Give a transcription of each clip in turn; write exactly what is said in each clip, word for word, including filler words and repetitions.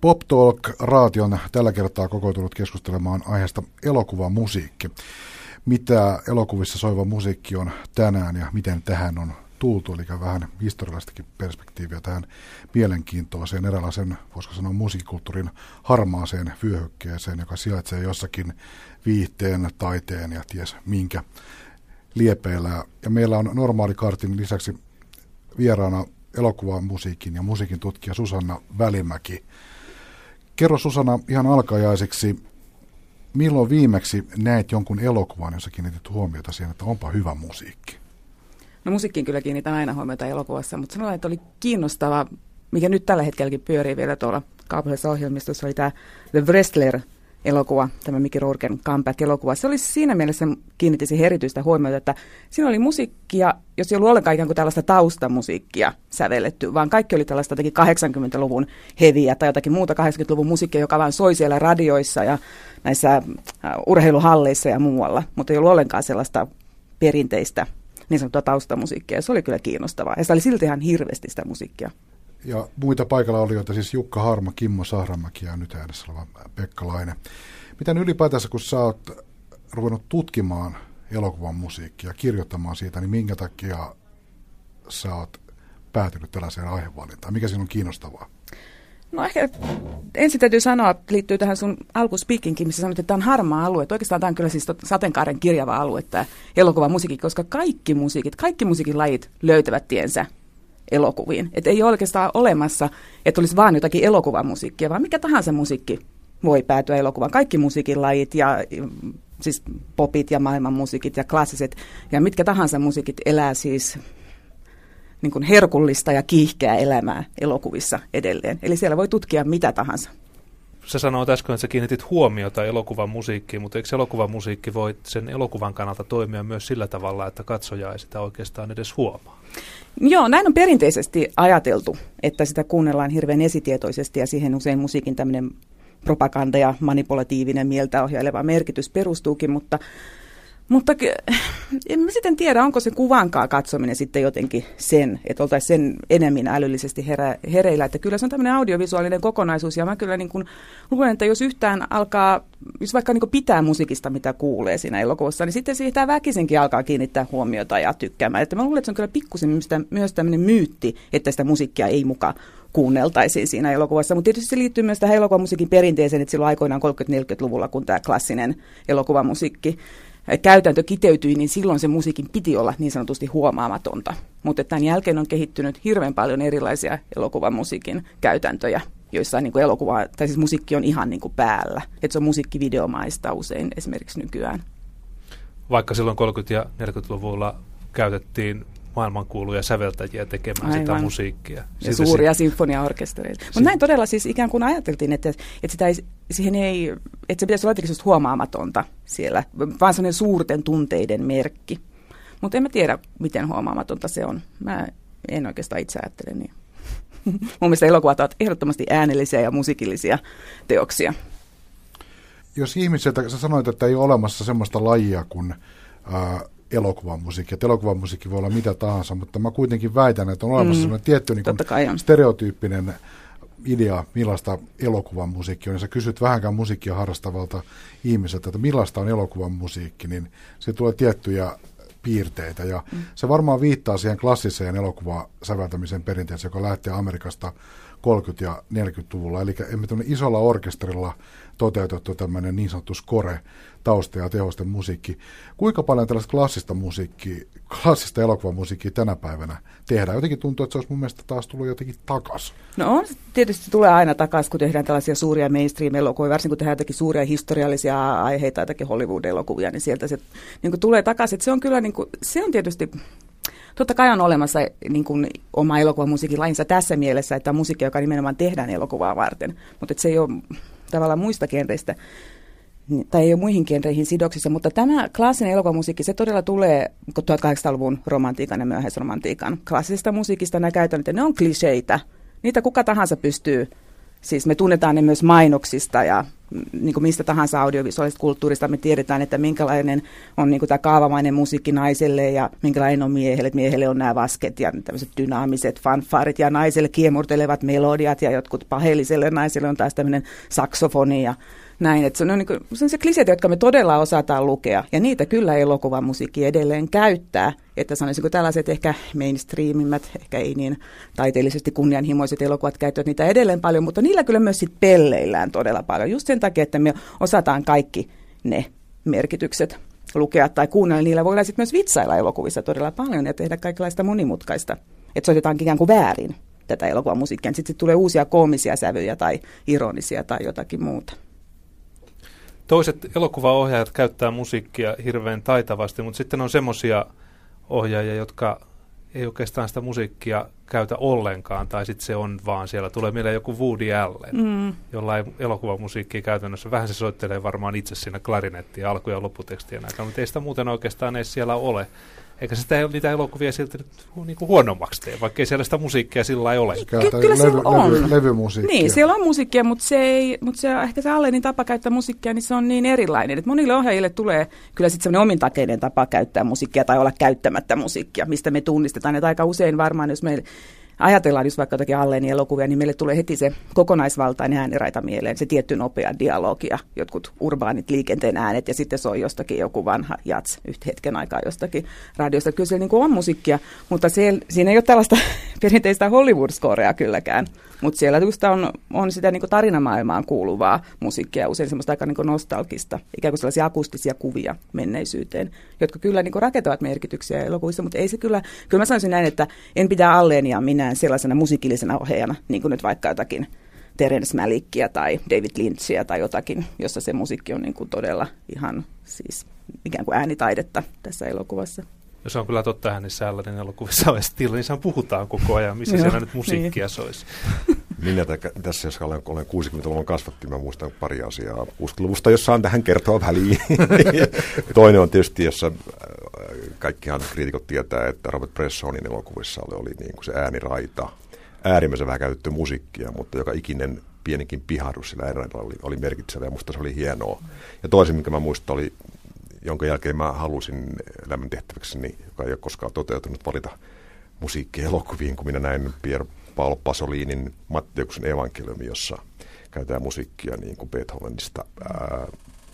Pop Talk Radio on tällä kertaa kokoontunut keskustelemaan aiheesta elokuvamusiikki. Mitä elokuvissa soiva musiikki on tänään ja miten tähän on tultu, eli vähän historiallistakin perspektiiviä tähän mielenkiintoiseen eräänlaisen, voisiko sanoa musiikkikulttuurin harmaaseen vyöhykkeeseen, joka sijaitsee jossakin viihteen, taiteen ja ties minkä liepeillä. Ja meillä on normaalikartin lisäksi vieraana elokuvamusiikin ja musiikin tutkija Susanna Välimäki. Kerro Susanna ihan alkajaisiksi, milloin viimeksi näet jonkun elokuvan, jossa kiinnitit huomiota siihen, että onpa hyvä musiikki? No musiikkiin kyllä kiinnitän aina huomiota elokuvassa, mutta sanotaan, että oli kiinnostava, mikä nyt tällä hetkelläkin pyörii vielä tuolla kaupallisessa ohjelmistossa, oli tämä The Wrestler-elokuva, tämä Mickey Rourken comeback-elokuva. Se oli siinä mielessä, kiinnitti siihen erityistä huomiota, että siinä oli musiikkia, jos ei ollut ollenkaan ikään kuin tällaista taustamusiikkia sävelletty, vaan kaikki oli tällaista jotenkin kahdeksankymmentäluvun heviä tai jotakin muuta kahdeksankymmentäluvun musiikkia, joka vaan soi siellä radioissa ja näissä urheiluhalleissa ja muualla, mutta ei ollut ollenkaan sellaista perinteistä niin sanottua taustamusiikkia, ja se oli kyllä kiinnostavaa. Ja se oli silti ihan hirveästi sitä musiikkia. Ja muita paikalla olijoita, siis Jukka Harma, Kimmo Sahramäki ja nyt äänessä oleva Pekka Laine. Miten ylipäätänsä, kun sä oot ruvennut tutkimaan elokuvan musiikkia, kirjoittamaan siitä, niin minkä takia sä oot päätynyt tällaiseen aihevalintaan? Mikä siinä on kiinnostavaa? No ehkä ensin täytyy sanoa, liittyy tähän sun alkuspiikinkin, missä sanoit, että tämä on harmaa alue. Oikeastaan tämä on kyllä siis sateenkaaren kirjava alue, tämä elokuvan musiikki, koska kaikki musiikit, kaikki musiikin lajit löytävät tiensä elokuviin. Että ei ole oikeastaan olemassa, että olisi vaan jotakin elokuvamusiikkia, vaan mikä tahansa musiikki voi päätyä elokuvaan. Kaikki musiikin lajit ja siis popit ja maailman musiikit ja klassiset ja mitkä tahansa musiikit elää siis niin kuin herkullista ja kiihkeää elämää elokuvissa edelleen. Eli siellä voi tutkia mitä tahansa. Sä sanoit äsken, että sä kiinnitit huomiota elokuvan musiikkiin, mutta eikö elokuvan musiikki voi sen elokuvan kannalta toimia myös sillä tavalla, että katsoja ei sitä oikeastaan edes huomaa? Joo, näin on perinteisesti ajateltu, että sitä kuunnellaan hirveän esitietoisesti ja siihen usein musiikin tämmöinen propaganda ja manipulatiivinen mieltä ohjaileva merkitys perustuukin, mutta Mutta en mä sitten tiedä, onko se kuvankaan katsominen sitten jotenkin sen, että oltaisiin sen enemmän älyllisesti herä, hereillä. Että kyllä se on tämmöinen audiovisuaalinen kokonaisuus ja mä kyllä niin kuin luen, että jos yhtään alkaa, jos vaikka niin kuin pitää musiikista, mitä kuulee siinä elokuvassa, niin sitten siitä väkisinkin alkaa kiinnittää huomiota ja tykkäämään. Että mä luulen, että se on kyllä pikkusen myös tämmöinen myytti, että sitä musiikkia ei mukaan kuunneltaisiin siinä elokuvassa. Mutta tietysti se liittyy myös tähän elokuvamusiikin perinteeseen, että silloin aikoinaan kolmekymmentä-neljäkymmentäluvulla, kun tämä klassinen elokuvamusiikki käytäntö kiteytyi, niin silloin se musiikin piti olla niin sanotusti huomaamatonta. Mutta tämän jälkeen on kehittynyt hirveän paljon erilaisia elokuvamusiikin käytäntöjä, joissa niin kuin elokuva, tai siis musiikki on ihan niin kuin päällä. Että se on musiikkivideomaista usein esimerkiksi nykyään. Vaikka silloin kolmekymmentä- ja neljäkymmentäluvulla käytettiin maailmankuuluja säveltäjiä tekemään Aivan. sitä musiikkia. Ja Siltä suuria si- sinfoniaorkestereita. Mutta näin todella siis ikään kuin ajateltiin, että, että, sitä ei, siihen ei, että se pitäisi olla jotenkin huomaamatonta siellä, vaan sellainen suurten tunteiden merkki. Mutta en mä tiedä, miten huomaamatonta se on. Mä en oikeastaan itse ajattele niin. Mun mielestä elokuvat ovat ehdottomasti äänellisiä ja musiikillisia teoksia. Jos ihmiseltä, sä sanoit, että ei ole olemassa semmoista lajia kuin Äh, elokuvamusiikki. Että elokuvamusiikki voi olla mitä tahansa, mutta mä kuitenkin väitän, että on olemassa mm. sellainen tietty niin kuin stereotyyppinen idea, millaista elokuvamusiikki on. Ja sä kysyt vähänkään musiikkia harrastavalta ihmiseltä, että millaista on elokuvamusiikki, niin se tulee tiettyjä piirteitä. Ja mm. se varmaan viittaa siihen klassiseen elokuvasäveltämisen perinteeseen, joka lähtee Amerikasta kolmekymmentä- ja neljäkymmentäluvulla. Eli emme tuonne isolla orkesterilla toteutettu tämmöinen niin sanottu score, tausta- ja tehosten musiikki. Kuinka paljon tällaista klassista musiikkia, klassista elokuvamusiikkia tänä päivänä tehdään? Jotenkin tuntuu, että se olisi mun mielestä taas tullut jotenkin takaisin. No on, tietysti tulee aina takaisin, kun tehdään tällaisia suuria mainstream-elokuvia, varsinkin kun tehdään jotakin suuria historiallisia aiheita, jotakin Hollywood-elokuvia, niin sieltä se niin kuin tulee takaisin. Että se on kyllä, niin kuin, se on tietysti, totta kai on olemassa niin kuin oma elokuvamusiikin lajinsa tässä mielessä, että on musiikki, joka nimenomaan tehdään elokuvaa varten, mutta se ei ole tavallaan muista genreistä, tai ei ole muihin genreihin sidoksissa, mutta tämä klassinen elokuvamusiikki, se todella tulee tuhatkahdeksansataaluvun romantiikan ja myöhäisromantiikan klassisesta musiikista. Nämä käytännöt, ne on kliseitä. Niitä kuka tahansa pystyy, siis me tunnetaan ne myös mainoksista ja niin kuin mistä tahansa audiovisuaalisesta kulttuurista me tiedetään, että minkälainen on niin kuin tämä kaavamainen musiikki naiselle ja minkälainen on miehelle. Että miehelle on nämä vasket ja tämmöiset dynaamiset fanfaarit ja naiselle kiemurtelevat melodiat ja jotkut paheelliselle naiselle on taas tämmöinen saksofoni ja näin. Että se on, niin kuin, se on se kliseitä, jotka me todella osataan lukea ja niitä kyllä elokuvan musiikki edelleen käyttää. Että sanoisinko tällaiset ehkä mainstreamimmät, ehkä ei niin taiteellisesti kunnianhimoiset elokuvat käyttävät niitä edelleen paljon, mutta niillä kyllä myös sit pelleillään todella paljon. Just sen takia, että me osataan kaikki ne merkitykset lukea tai kuunnella. Niillä voidaan sitten myös vitsailla elokuvissa todella paljon ja tehdä kaikenlaista monimutkaista. Että soitetaankin ikään kuin väärin tätä elokuvan musiikkia. Sitten sit tulee uusia koomisia sävyjä tai ironisia tai jotakin muuta. Toiset elokuvaohjaajat käyttää musiikkia hirveän taitavasti, mutta sitten on semmoisia ohjaajia, jotka ei oikeastaan sitä musiikkia käytä ollenkaan, tai sitten se on vaan siellä. Tulee mieleen joku Woody Allen, mm. jolla ei elokuvamusiikkia käytännössä. Vähän se soittelee varmaan itse siinä klarinettia alku- ja lopputekstien aikana, mutta ei sitä muuten oikeastaan edes siellä ole. Eikä sitä niitä elokuvia siltä nyt niin kuin huonommaksi tee, vaikka ei siellä sitä musiikkia sillä ei ole. Ky- kyllä siellä levy, on. Levy, levymusiikkia. Niin, siellä on musiikkia, mutta, se ei, mutta se, ehkä se Allenin tapa käyttää musiikkia, niin se on niin erilainen. Että monille ohjaajille tulee kyllä sitten semmoinen omintakeinen tapa käyttää musiikkia tai olla käyttämättä musiikkia, mistä me tunnistetaan. Että aika usein varmaan, jos me ajatellaan just vaikka jotakin Allenin elokuvia, niin meille tulee heti se kokonaisvaltainen ääniraita mieleen, se tietty nopea dialogi ja jotkut urbaanit liikenteen äänet ja sitten se on jostakin joku vanha jats yhtä hetken aikaa jostakin radiosta. Kyllä siellä niin kuin on musiikkia, mutta siellä, siinä ei ole tällaista perinteistä Hollywood-scorea kylläkään, mutta siellä just on, on sitä niin kuin tarinamaailmaan kuuluvaa musiikkia, usein semmoista aika niin kuin nostalgista, ikään kuin sellaisia akustisia kuvia menneisyyteen, jotka kyllä niin kuin rakentavat merkityksiä elokuvissa, mutta ei se kyllä, kyllä mä sanoisin näin, että en pidä Allenia minään sellaisena musiikillisena ohjaajana, niin kuin nyt vaikka jotakin Terence Malickia tai David Lynchia tai jotakin, jossa se musiikki on niin kuin todella ihan siis ikään kuin äänitaidetta tässä elokuvassa. No se on kyllä totta, hänissä Allenin elokuvissa on stili, niin puhutaan koko ajan, missä siellä nyt musiikkia soisi. Minä tässä, jos olen, olen kuusikymmentäluvun kasvatti, mä muistan pari asiaa kuusikymmentäluvusta, jossa on tähän kertoa väliin. Toinen on tietysti, jossa kaikkihan kriitikot tietää, että Robert Bressonin elokuvissa oli, oli niin kuin se ääniraita, äärimmäisen vähän käytetty musiikkia, mutta joka ikinen pienikin piharus sillä ääniraitalla oli, oli merkitsevä ja musta se oli hienoa. Ja toisen, minkä mä muistan, oli, jonka jälkeen mä halusin elämän tehtäväkseni, joka ei ole koskaan toteutunut, valita musiikkia elokuviin, kun minä näin Pier Paolo Pasolinin Matteuksen evankeliumi, jossa käytetään musiikkia niin kuin Beethovenista ää,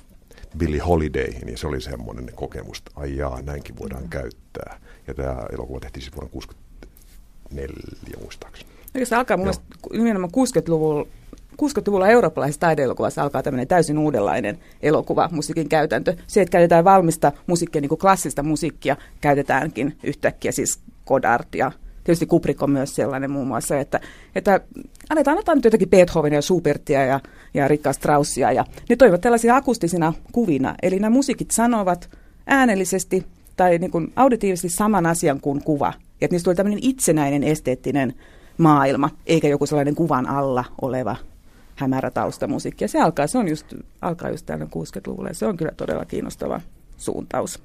Billie Holidayhin, ja se oli semmoinen kokemus, että ai jaa, näinkin voidaan mm. käyttää. Ja tämä elokuva tehtiin siis vuonna kuusikymmentäneljä muistaakseni. Eli se alkaa mun mielestä nimenomaan kuusikymmentäluvulla, kuusikymmentäluvulla eurooppalaisessa taideelokuvassa alkaa tämmöinen täysin uudenlainen elokuva, musiikin käytäntö. Se, että käytetään valmista musiikkia, niin kuin klassista musiikkia, käytetäänkin yhtäkkiä, siis Godard ja tietysti Kubrick on myös sellainen muun muassa, että, että aletaan ottaa nyt jotakin Beethovenia ja Schubertia ja, ja Richard Straussia, ja ne toivat tällaisia akustisina kuvina. Eli nämä musiikit sanovat äänellisesti tai niin kuin auditiivisesti saman asian kuin kuva. Ja että niistä tuli tämmöinen itsenäinen esteettinen maailma, eikä joku sellainen kuvan alla oleva hämärä taustamusiikki. Ja se alkaa, se on just, alkaa just tällä kuusikymmentäluvulla, ja se on kyllä todella kiinnostava suuntaus.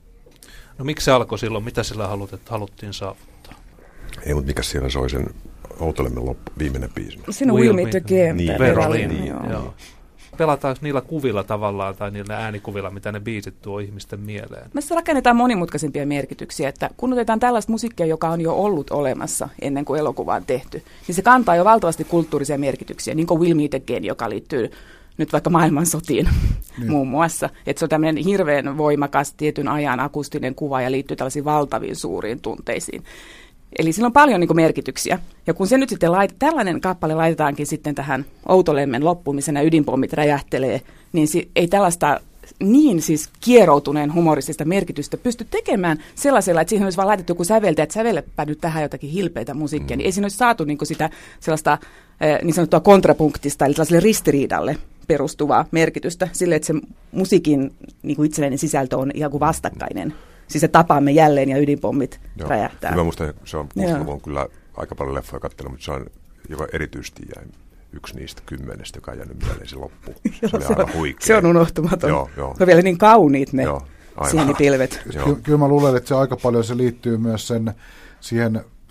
No miksi se alkoi silloin? Mitä sillä haluttiin saavuttaa? Ei, mutta mikä siellä soi sen Outolemmen loppu, viimeinen biisi? Siinä on Will Meet Again. Niin, Verolin, niin, joo. joo. Pelataanko niillä kuvilla tavallaan tai niillä äänikuvilla, mitä ne biisit tuo ihmisten mieleen? Me rakennetaan monimutkaisempia merkityksiä, että kun otetaan tällaista musiikkia, joka on jo ollut olemassa ennen kuin elokuva on tehty, niin se kantaa jo valtavasti kulttuurisia merkityksiä, niin kuin Will Meet Again, joka liittyy nyt vaikka maailmansotiin niin. muun muassa. Että se on tämmöinen hirveän voimakas tietyn ajan akustinen kuva ja liittyy tällaisiin valtaviin suuriin tunteisiin. Eli sillä on paljon niin kuin merkityksiä. Ja kun se nyt sitten lait, tällainen kappale laitetaankin sitten tähän Outolemmen loppuun, missä nämä ydinpommit räjähtelee, niin si- ei tällaista niin siis kieroutuneen humoristista merkitystä pysty tekemään sellaisella, että siihen olisi vaan laitettu joku säveltäjä, että sävellepä nyt tähän jotakin hilpeitä musiikkia, mm. niin ei siinä olisi saatu niin kuin sitä sellaista niin sanottua kontrapunktista, eli sellaiselle ristiriidalle perustuvaa merkitystä sille, että se musiikin niin kuin itsenäinen sisältö on ihan kuin vastakkainen. Siis se tapaamme jälleen ja ydinpommit Joo. räjähtää. Mä muistan, se on kuusikymmentäluvun kyllä aika paljon leffoja katsella, mutta se on joka erityisesti jäi yksi niistä kymmenestä, joka on jäänyt mieleen se loppu. Se oli aivan huikea. Se on unohtumaton. Joo, joo. No vielä niin kauniit ne sienipilvet. Ky- kyllä mä luulen, että se aika paljon se liittyy myös sen, siihen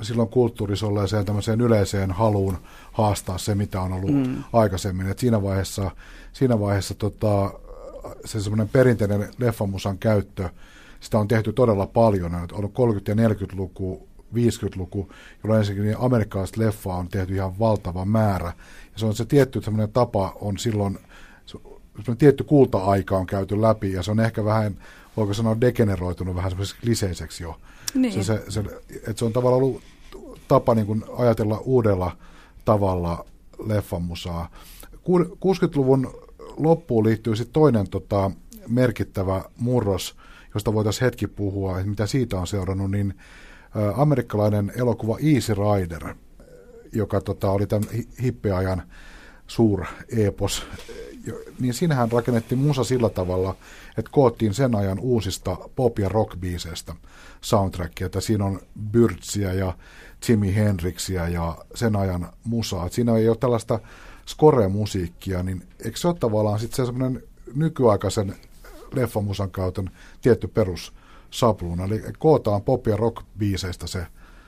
silloin kulttuurissa olleeseen tämmöiseen yleiseen haluun haastaa se, mitä on ollut mm. aikaisemmin. Et siinä vaiheessa, siinä vaiheessa tota, se semmoinen perinteinen leffamusan käyttö, sitä on tehty todella paljon. On ollut kolmekymmentä- ja neljäkymmentäluku, viisikymmentäluku, jolloin ensinnäkin amerikkalaista leffaa on tehty ihan valtava määrä. Ja se on se tietty semmoinen tapa, on silloin, semmoinen tietty kulta-aika on käyty läpi, ja se on ehkä vähän, voiko sanoa, degeneroitunut vähän semmoiseksi kliseiseksi jo. Niin. Se, se, se, että se on tavallaan ollut tapa niin kuin ajatella uudella tavalla leffamusaa. kuusikymmentäluvun loppuun liittyy sitten toinen tota, merkittävä murros, josta voitaisiin hetki puhua, että mitä siitä on seurannut, niin ä, amerikkalainen elokuva Easy Rider, joka tota, oli tämän hippiajan suur-epos, niin siinähän rakennettiin musa sillä tavalla, että koottiin sen ajan uusista pop- ja rock-biiseistä soundtrackia, että siinä on Byrtsiä ja Jimi Hendrixia ja sen ajan musaa. Että siinä ei ole tällaista score-musiikkia, niin eikö se ole tavallaan sitten se semmoinen nykyaikaisen leffamusan kautta tietty perussapluuna, eli kootaan pop- ja rock-biiseistä se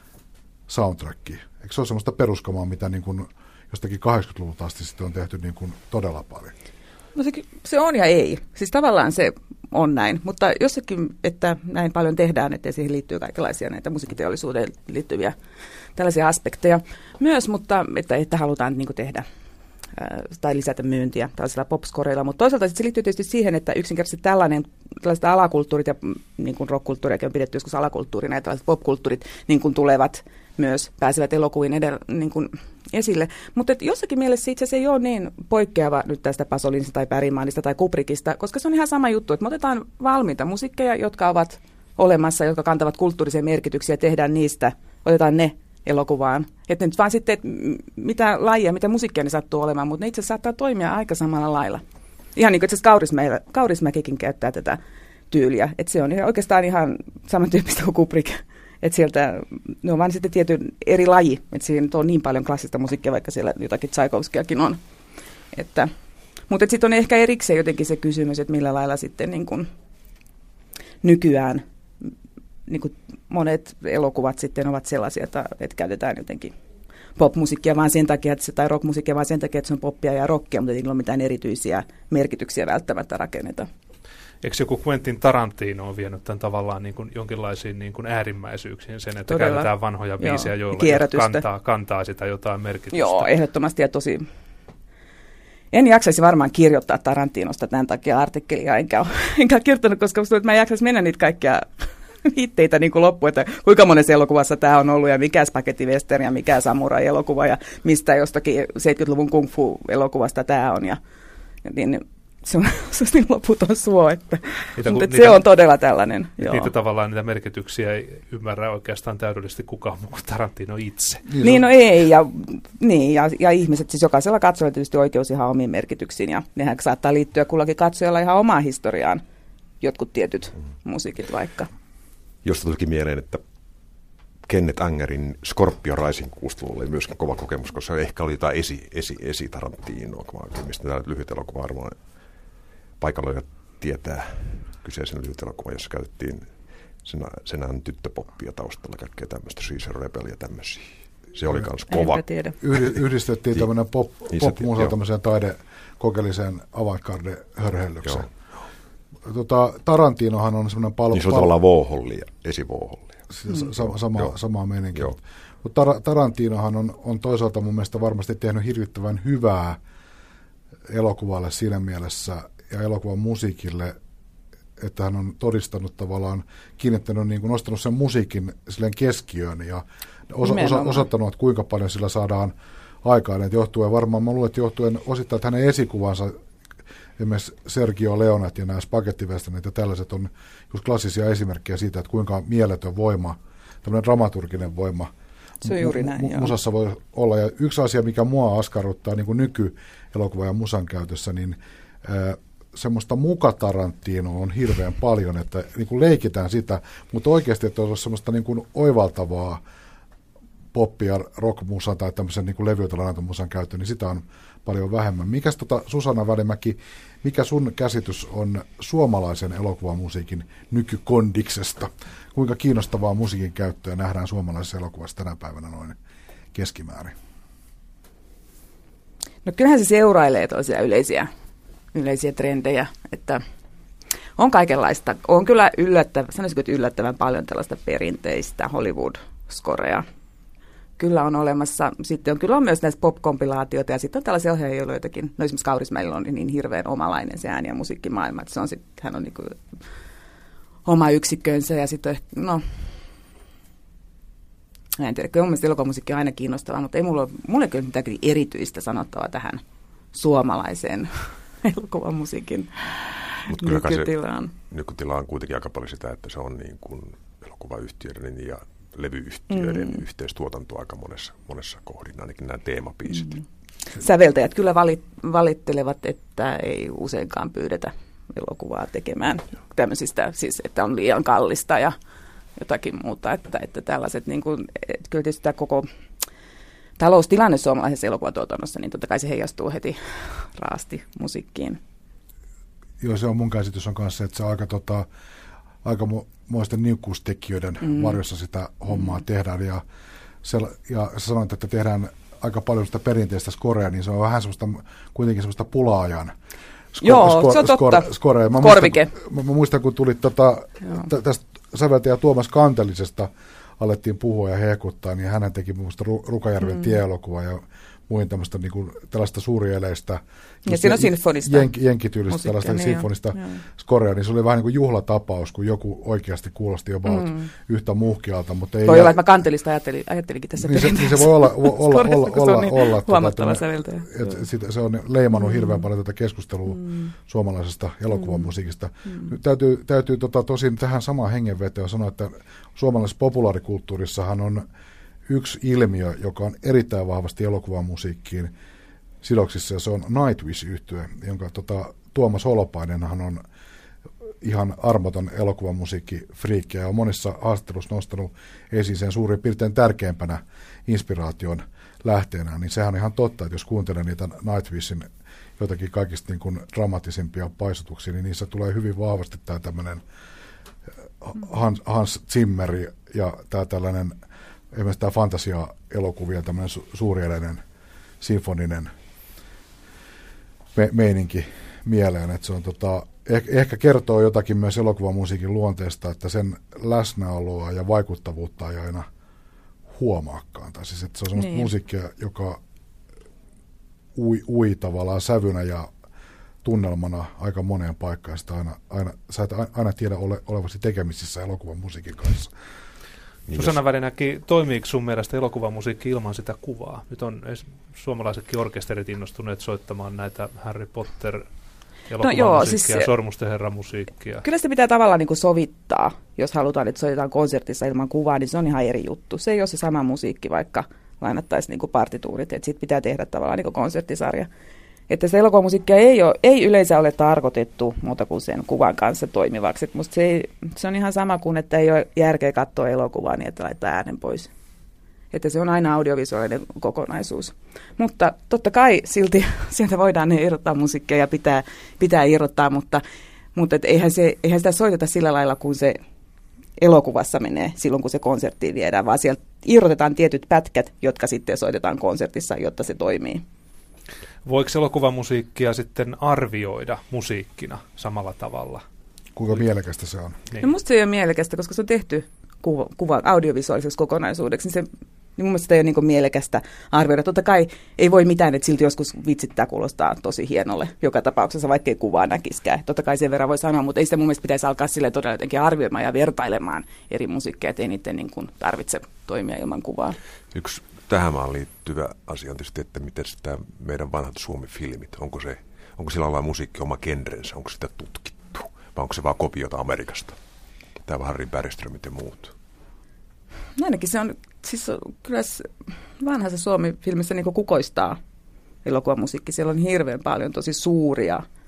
soundtrack. Eikö se ole semmoista peruskamaa, mitä niin kuin jostakin kahdeksankymmentäluvulta asti sitten on tehty niin kuin todella paljon? No se, se on ja ei. Siis tavallaan se on näin, mutta jossakin, että näin paljon tehdään, että siihen liittyy kaikenlaisia näitä musiikkiteollisuuteen liittyviä tällaisia aspekteja myös, mutta että, että halutaan niin kuin tehdä ää, tai lisätä myyntiä tällaisilla popscoreilla, mutta toisaalta se liittyy tietysti siihen, että yksinkertaisesti tällainen, tällaiset alakulttuurit ja niin kuin rockkulttuuriakin on pidetty joskus alakulttuurina ja tällaiset popkulttuurit niin kuin tulevat myös, pääsevät elokuviin edellä, niin kuin esille. Mutta jossakin mielessä itse asiassa ei ole niin poikkeava nyt tästä Pasolinista tai Bergmanista tai Kubrickista, koska se on ihan sama juttu, että me otetaan valmiita musiikkeja, jotka ovat olemassa, jotka kantavat kulttuurisia merkityksiä, tehdään niistä, otetaan ne elokuvaan. Että nyt vaan sitten, että mitä lajia, mitä musiikkia ne sattuu olemaan, mutta ne itse asiassa saattaa toimia aika samalla lailla. Ihan niin kuin itse asiassa Kaurismäki, Kaurismäkikin käyttää tätä tyyliä, että se on oikeastaan ihan samantyyppistä kuin Kubrick. Että sieltä, ne on vaan sitten tietyn eri laji, että siinä on niin paljon klassista musiikkia, vaikka siellä jotakin Tchaikovskiakin on. Että, mutta sitten on ehkä erikseen jotenkin se kysymys, että millä lailla sitten niin kuin nykyään niin kuin monet elokuvat sitten ovat sellaisia, että, että käytetään jotenkin popmusiikkia vaan sen takia, että se, tai rockmusiikkia vaan sen takia, että se on poppia ja rockia, mutta ei ole mitään erityisiä merkityksiä välttämättä rakenneta. Eikö joku Quentin Tarantino on vienyt tämän tavallaan niin kuin jonkinlaisiin niin kuin äärimmäisyyksiin sen, että todella käytetään vanhoja biisejä, joilla kantaa, kantaa sitä jotain merkitystä? Joo, ehdottomasti ja tosi. En jaksaisi varmaan kirjoittaa Tarantinosta tämän takia artikkelia, enkä, enkä kirjoittanut, koska musta, että mä en jaksaisi mennä niitä kaikkia hitteitä niin kuin loppuun, että kuinka monessa elokuvassa tämä on ollut ja mikä Spaghetti Western ja mikä samurai-elokuva ja mistä jostakin seitsemänkymmentäluvun kung fu-elokuvasta tämä on ja niin se on, se on niin loputon suo, että, niitä, mutta niitä, se on todella tällainen. Niitä joo. Tavallaan niitä merkityksiä ei ymmärrä oikeastaan täydellisesti kukaan muu kuin Tarantino itse. Niin, niin no ei, ja, niin, ja, ja ihmiset, siis jokaisella katsojalla tietysti oikeus ihan omiin merkityksiin, ja nehän saattaa liittyä kullakin katsojalla ihan omaan historiaan, jotkut tietyt mm. musiikit vaikka. Josta tulikin mieleen, että Kenneth Angerin Scorpio Rising kuusikymmentäluvulla oli myöskin kova kokemus, koska ehkä oli jotain esi, esi, esi Tarantinoa, mistä täällä lyhyt elokuva arvoa paikalla, joka tietää kyseisen lyhyt elokuva, jossa käytettiin sen, senään tyttöpoppia taustalla, kaikkea tämmöistä, Caesar Rebel ja tämmöisiä. Se oli myös kova. Yhdistettiin tämmöinen pop, pop-musa tämmöiseen taidekokeelliseen avantgarde-hörhellykseen. Tota, Tarantinohan on semmoinen paljon... Niin se on tavallaan Warholia, esi-Warholia. Sama, sama, samaa meininkiä. Mutta Tar- Tarantinohan on, on toisaalta mun mielestä varmasti tehnyt hirvittävän hyvää elokuvalle siinä mielessä ja elokuvan musiikille, että hän on todistanut tavallaan, kiinnittänyt, niin kuin nostanut sen musiikin silleen keskiöön ja osa, osa, osoittanut, että kuinka paljon sillä saadaan aikaan. Että johtuen varmaan, mä luulen, että johtuen osittain, että hänen esikuvansa, esimerkiksi Sergio Leonat ja nämä Spaghetti Westernit ja tällaiset on just klassisia esimerkkejä siitä, että kuinka mieletön voima, tämmöinen dramaturginen voima se on juuri näin, mu- musassa voi olla. Ja yksi asia, mikä mua askarruttaa niin kuin nykyelokuva- ja musan käytössä, niin ää, semmoista mukatarantinoa on hirveän paljon, että niin kuin leikitään sitä, mutta oikeasti, että olisi semmoista niin kuin oivaltavaa pop- ja rock-musan tai tämmöisen niin levyiltä-musan käyttö, niin sitä on paljon vähemmän. Mikäs tota, Susanna Välimäki, mikä sun käsitys on suomalaisen elokuvamusiikin nykykondiksesta? Kuinka kiinnostavaa musiikin käyttöä nähdään suomalaisessa elokuvassa tänä päivänä noin keskimäärin? No kyllähän se seurailee toisia yleisiä, yleisiä trendejä, että on kaikenlaista. On kyllä yllättävän, sanoisinko, että yllättävän paljon tällaista perinteistä Hollywood-skorea. Kyllä on olemassa. Sitten on kyllä on myös näistä pop-kompilaatioita ja sitten on tällaisia ohjaajia, joilla joitakin, no esimerkiksi Kaurismäellä on niin hirveän omalainen se ääni- ja musiikkimaailma, että se on sitten, hän on niin kuin oma yksikkönsä ja sitten no, en tiedä, kyllä mun mielestä elokuvamusiikki on aina kiinnostavaa, mutta ei mulla ole, mulla ei kyllä mitään erityistä sanottavaa tähän suomalaiseen elokuvamusiikin Mutta nykytilaan. Nykytila on kuitenkin aika paljon sitä, että se on niin kuin elokuvayhtiöiden ja levyyhtiöiden mm. yhteistuotanto aika monessa, monessa kohdin, ainakin nämä teemapiisit. Mm. Säveltäjät kyllä valit, valittelevat, että ei useinkaan pyydetä elokuvaa tekemään tämmöisistä, siis että on liian kallista ja jotakin muuta, että, että tällaiset, niin kuin, että kyllä tietysti tämä koko taloustilanne suomalaisessa elokuvatuotannossa, niin totta kai se heijastuu heti raasti musiikkiin. Joo, se on mun käsitys on kanssa, että se on aika, tota, aika muisten niukkuustekijöiden mm. varjossa sitä hommaa mm. tehdään. Ja, se, ja sä sanoit, että tehdään aika paljon sitä perinteistä skorea, niin se on vähän semmoista, kuitenkin semmoista pulaajan sko, Joo, sko, se on totta. Sko, skorea. Mä Korvike. Muistan, mä, mä muistan, kun tuli tota, t- tästä säveltäjä Tuomas Kantelisesta alettiin puhua ja hehkuttaa, niin hän teki muun muassa Rukajärven mm. tie-elokuva ja muihin tämmöistä niin kuin, tällaista suurieleistä. Ja siinä on sinfonista. Jenk, jenkityylistä tällaista niin sinfonista skorea, niin se oli vähän niin kuin juhlatapaus, kun joku oikeasti kuulosti jopa mm. yhtä muhkealta. Mutta ei voi olla, että mä Kantelista ajattelin, ajattelinkin tässä niin se, niin se voi olla, olla, olla, olla, niin olla huomattava säveltäjä. Se on leimannut mm. hirveän paljon tätä keskustelua mm. suomalaisesta elokuvamusiikista. Mm. Nyt täytyy, täytyy tota, tosin tähän samaan hengenvetoon sanoa, että suomalaisessa populaarikulttuurissahan on yksi ilmiö, joka on erittäin vahvasti elokuvamusiikkiin sidoksissa, ja se on Nightwish-yhtye, jonka tota, Tuomas Holopainenhan on ihan armoton elokuvamusiikkifriikki, ja on monissa haastattelussa nostanut esiin sen suurin piirtein tärkeimpänä inspiraation lähteenä, niin sehän on ihan totta, että jos kuuntelee niitä Nightwishin jotakin kaikista niin kuin dramatisimpia paisutuksia, niin niissä tulee hyvin vahvasti tämä tämmöinen Hans, Hans Zimmer ja tämä tällainen esimerkiksi tämä fantasia-elokuvia, tämmöinen su- suurieleinen sinfoninen me- meininki mieleen, että se on tota, eh- ehkä kertoo jotakin myös elokuvamusiikin luonteesta, että sen läsnäoloa ja vaikuttavuutta ei aina huomaakaan. Tai siis, että se on semmoista niin. musiikkia, joka ui, ui tavallaan sävynä ja tunnelmana aika moneen paikkaan. Sitä aina, aina, sä et aina tiedä ole, olevasi tekemisissä elokuvan musiikin kanssa. Niin Susanna Välimäki, toimiiko sun mielestä elokuvamusiikki ilman sitä kuvaa? Nyt on suomalaisetkin orkesterit innostuneet soittamaan näitä Harry Potter elokuvamusiikkia, no joo, siis ja Sormusten herran musiikkia. Kyllä sitä pitää tavallaan niin kuin sovittaa, jos halutaan, että soitetaan konsertissa ilman kuvaa, niin se on ihan eri juttu. Se ei ole se sama musiikki, vaikka lainattaisiin niin kuin partituurit, että sitten pitää tehdä tavallaan niin kuin konserttisarja. Että se elokuvamusiikkia ei, ole, ei yleensä ole tarkoitettu muuta kuin sen kuvan kanssa toimivaksi. Et musta se, ei, se on ihan sama kuin, että ei ole järkeä katsoa elokuvaa niin, että laittaa äänen pois. Että se on aina audiovisuaalinen kokonaisuus. Mutta totta kai silti sieltä voidaan irrottaa musiikkia ja pitää, pitää irrottaa, mutta, mutta et eihän, se, eihän sitä soiteta sillä lailla, kun se elokuvassa menee silloin, kun se konserttiin viedään, vaan sieltä irrotetaan tietyt pätkät, jotka sitten soitetaan konsertissa, jotta se toimii. Voiko elokuvamusiikkia sitten arvioida musiikkina samalla tavalla? Kuinka mielekästä se on? Niin. No musta se ei ole mielekästä, koska se on tehty kuva, kuva audiovisuaaliseksi kokonaisuudeksi, niin, se, niin mun mielestä sitä ei ole niin kuin mielekästä arvioida. Totta kai ei voi mitään, että silti joskus vitsittää kuulostaa tosi hienolle joka tapauksessa, vaikka ei kuvaa näkiskään. Totta kai sen verran voi sanoa, mutta ei sitä mun mielestä pitäisi alkaa silleen todella jotenkin arvioimaan ja vertailemaan eri musiikkeja, että ei niiden niin kuin tarvitse toimia ilman kuvaa. Yksi tähän maan liittyvä asia on tietysti, että miten sitä meidän vanhat Suomi-filmit, onko, se, onko sillä lailla musiikki oma genrensä, onko sitä tutkittu, vai onko se vaan kopiota Amerikasta? Tämä Harry Bergströmit ja muut. No ainakin se on, siis kyllä vanhassa Suomi-filmissä niin kuin kukoistaa elokuvamusiikki. Siellä on hirveän paljon tosi suuria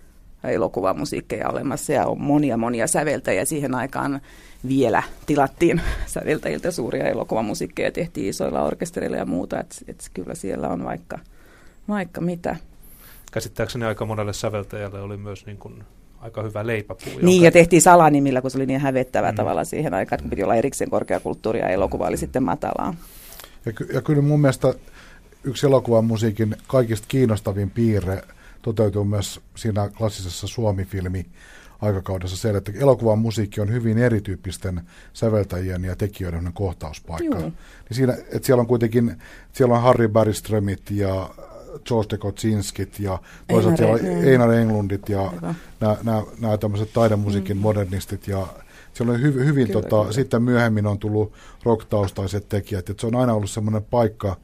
elokuvamusiikkeja olemassa ja on monia monia säveltäjiä. Siihen aikaan vielä tilattiin säveltäjiltä suuria elokuvamusiikkeja, tehtiin isoilla orkestereilla ja muuta, että et kyllä siellä on vaikka, vaikka mitä. Käsittääkseni aika monelle säveltäjälle oli myös niin kuin aika hyvä leipäpuu. Niin, jonka... ja tehtiin salanimillä, kun se oli niin hävettävä mm. tavalla siihen aikaan, että piti olla erikseen korkeakulttuuria ja elokuva oli sitten matalaa. Ja, ky- ja kyllä mun mielestä yksi elokuvan musiikin kaikista kiinnostavin piirre toteutuu myös siinä klassisessa Suomi-filmi aikakaudessa se, että elokuvan musiikki on hyvin erityyppisten säveltäjien ja tekijöiden kohtauspaikka. Niin siinä, että siellä on kuitenkin, siellä on Harry Bergströmit ja George de Kotsinskit ja toisaalta Einar, siellä on Einar Englundit ja nämä, nämä, nämä tämmöiset taidemusiikin mm. modernistit ja siellä on hy, hyvin, kyllä, tota, kyllä. Sitten myöhemmin on tullut rock-taustaiset tekijät, että se on aina ollut semmoinen paikka,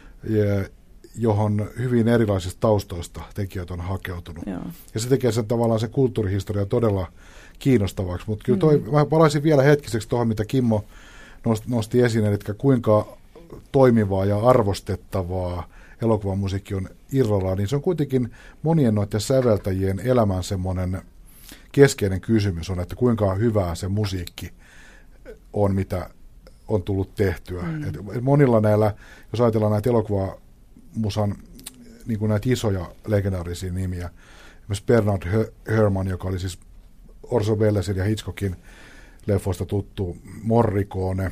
johon hyvin erilaisista taustoista tekijät on hakeutunut. Joo. Ja se tekee sen tavallaan se kulttuurihistoria todella kiinnostavaksi. Mutta kyllä toi, mm. mä palaisin vielä hetkiseksi tuohon, mitä Kimmo nosti, nosti esiin, eli kuinka toimivaa ja arvostettavaa elokuvan musiikki on irrallaan, niin se on kuitenkin monien noiden säveltäjien elämän semmoinen keskeinen kysymys on, että kuinka hyvää se musiikki on, mitä on tullut tehtyä. Mm. Et monilla näillä, jos ajatellaan näitä elokuvamusan niin kuin näitä isoja legendaarisia nimiä, esimerkiksi Bernard Herrmann, joka oli siis Orson Wellesin ja Hitchcockin leffoista tuttu, Morricone,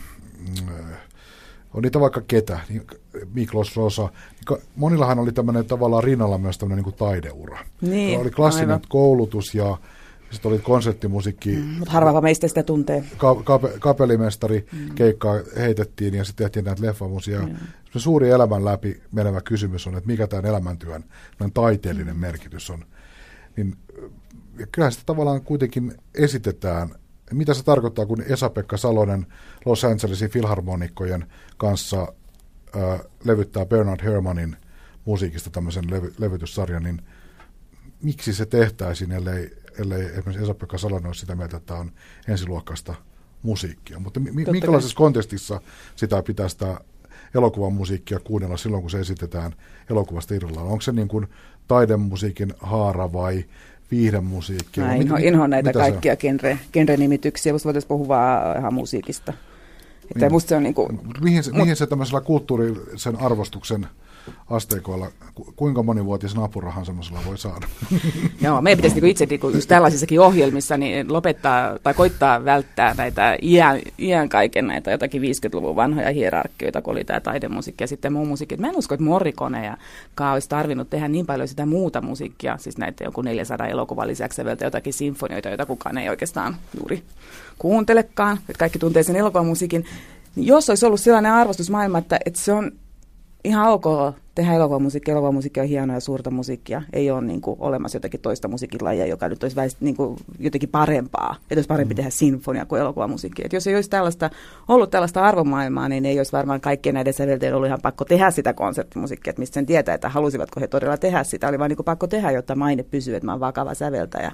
on niitä vaikka ketä, niin Miklos Rosa. Monillahan oli tämmöinen tavallaan rinnalla myös tämmöinen niin kuin taideura. Niin, oli klassinen aivan. Koulutus ja sitten oli konserttimusiikki. Mm, mutta harvapa meistä sitä tuntee. Ka- kape- kapellimestari mm. keikkaa heitettiin ja sitten tehtiin näitä leffamusia. Mm. Suuri elämän läpi menevä kysymys on, että mikä tämän elämäntyön taiteellinen mm. merkitys on. Niin, kyllähän sitä tavallaan kuitenkin esitetään. Mitä se tarkoittaa, kun Esa-Pekka Salonen Los Angelesin filharmonikkojen kanssa ää, levyttää Bernard Herrmannin musiikista tämmöisen levy- levytyssarjan, niin miksi se tehtäisiin, ellei, ellei esimerkiksi Esa-Pekka Salonen ole sitä mieltä, että tämä on ensiluokkaista musiikkia. Mutta mi- minkälaisessa kontekstissa sitä pitää sitä elokuvan musiikkia kuunnella silloin, kun se esitetään elokuvasta irrallaan? Onko se niin kuin taidemusiikin haara vai viihdemusiikkia? Mä inhoan inho näitä kaikkia genre, genre-nimityksiä, musta voitaisiin puhua vaan ihan musiikista. Että niin. Se on niin kuin, mihin, se, mut, mihin se tämmöisellä kulttuurisen arvostuksen asteikoilla, kuinka monivuotisen apurahan semmoisella voi saada? Joo, meidän pitäisi niinku itse niinku just tällaisissakin ohjelmissa niin lopettaa tai koittaa välttää näitä iän, iän kaiken näitä jotakin viisikymmentäluvun vanhoja hierarkioita, kun oli tämä taidemusiikki ja sitten muu musiikki. Mä en usko, että Morricone ja Kaa olisi tarvinnut tehdä niin paljon sitä muuta musiikkia, siis näitä joku neljäsataa elokuvan lisäksi säveltä jotakin sinfonioita, joita kukaan ei oikeastaan juuri kuuntelekaan, että kaikki tuntee sen elokuvamusiikin. Jos olisi ollut sellainen arvostusmaailma, että, että se on ihan ok tehdä elokuvamusiikkia. Elokuvamusiikki on hienoa ja suurta musiikkia. Ei ole niin kuin olemassa jotakin toista musiikkilajia, joka nyt olisi väist, niin kuin jotenkin parempaa. Että olisi parempi tehdä sinfonia kuin elokuvamusiikki. Et jos ei olisi tällaista, ollut tällaista arvomaailmaa, niin ei olisi varmaan kaikkien näiden säveltäjien ollut ihan pakko tehdä sitä konserttimusiikkia. Että mistä sen tietää, että halusivatko he todella tehdä sitä. Oli vaan niin kuin pakko tehdä, jotta maine pysyy, että mä oon vakava säveltäjä.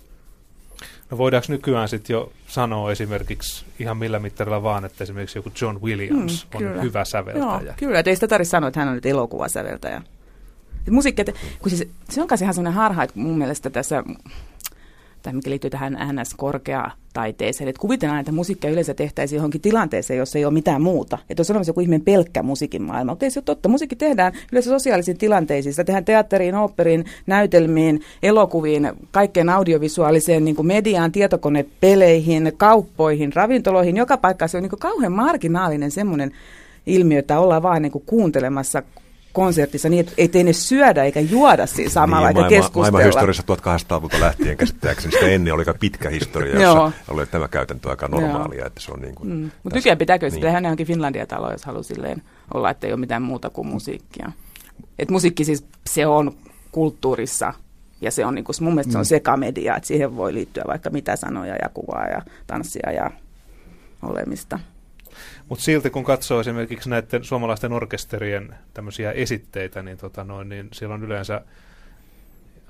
No voidaanko nykyään sitten jo sanoa esimerkiksi ihan millä mittarilla vaan, että esimerkiksi joku John Williams mm, on hyvä säveltäjä? Joo, kyllä, että ei sitä tarvitse sanoa, että hän on nyt elokuvasäveltäjä. Musiikki, että, kun siis, se on kanssa ihan sellainen harha, että mun mielestä tässä, tai mikä liittyy tähän N S-korkeataiteeseen, että kuvitellaan, että musiikkia yleensä tehtäisiin johonkin tilanteeseen, jossa ei ole mitään muuta. Että olisi olemassa joku ihmeen pelkkä musiikin maailma, mutta ei se ole totta. Musiikki tehdään yleensä sosiaalisiin tilanteisiin. Sitä tehdään teatteriin, oopperiin, näytelmiin, elokuviin, kaikkeen audiovisuaaliseen niin kuin mediaan, tietokonepeleihin, kauppoihin, ravintoloihin. Joka paikka se on niin kuin kauhean marginaalinen semmoinen ilmiö, että ollaan vaan niin kuin kuuntelemassa konsertissa niin, että ei teine syödä eikä juoda siinä samalla niin, eikä keskustella. Maailman historiassa tuhatkahdeksansataalta lähtien käsittääkseni sitä ennen oli aika pitkä historia, jossa oli tämä käytäntö aika normaalia. Että se on niin kuin mm. Mutta nykyään pitääkö niin. Tehdä johonkin Finlandia-talo, jos haluaa silleen olla, että ei ole mitään muuta kuin musiikkia. Et musiikki siis, se on kulttuurissa ja se on niin kuin, mun mielestä se on sekamedia, että siihen voi liittyä vaikka mitä sanoja ja kuvaa ja tanssia ja olemista. Mutta silti kun katsoo esimerkiksi näiden suomalaisten orkesterien tämmöisiä esitteitä, niin, tota noin, niin siellä on yleensä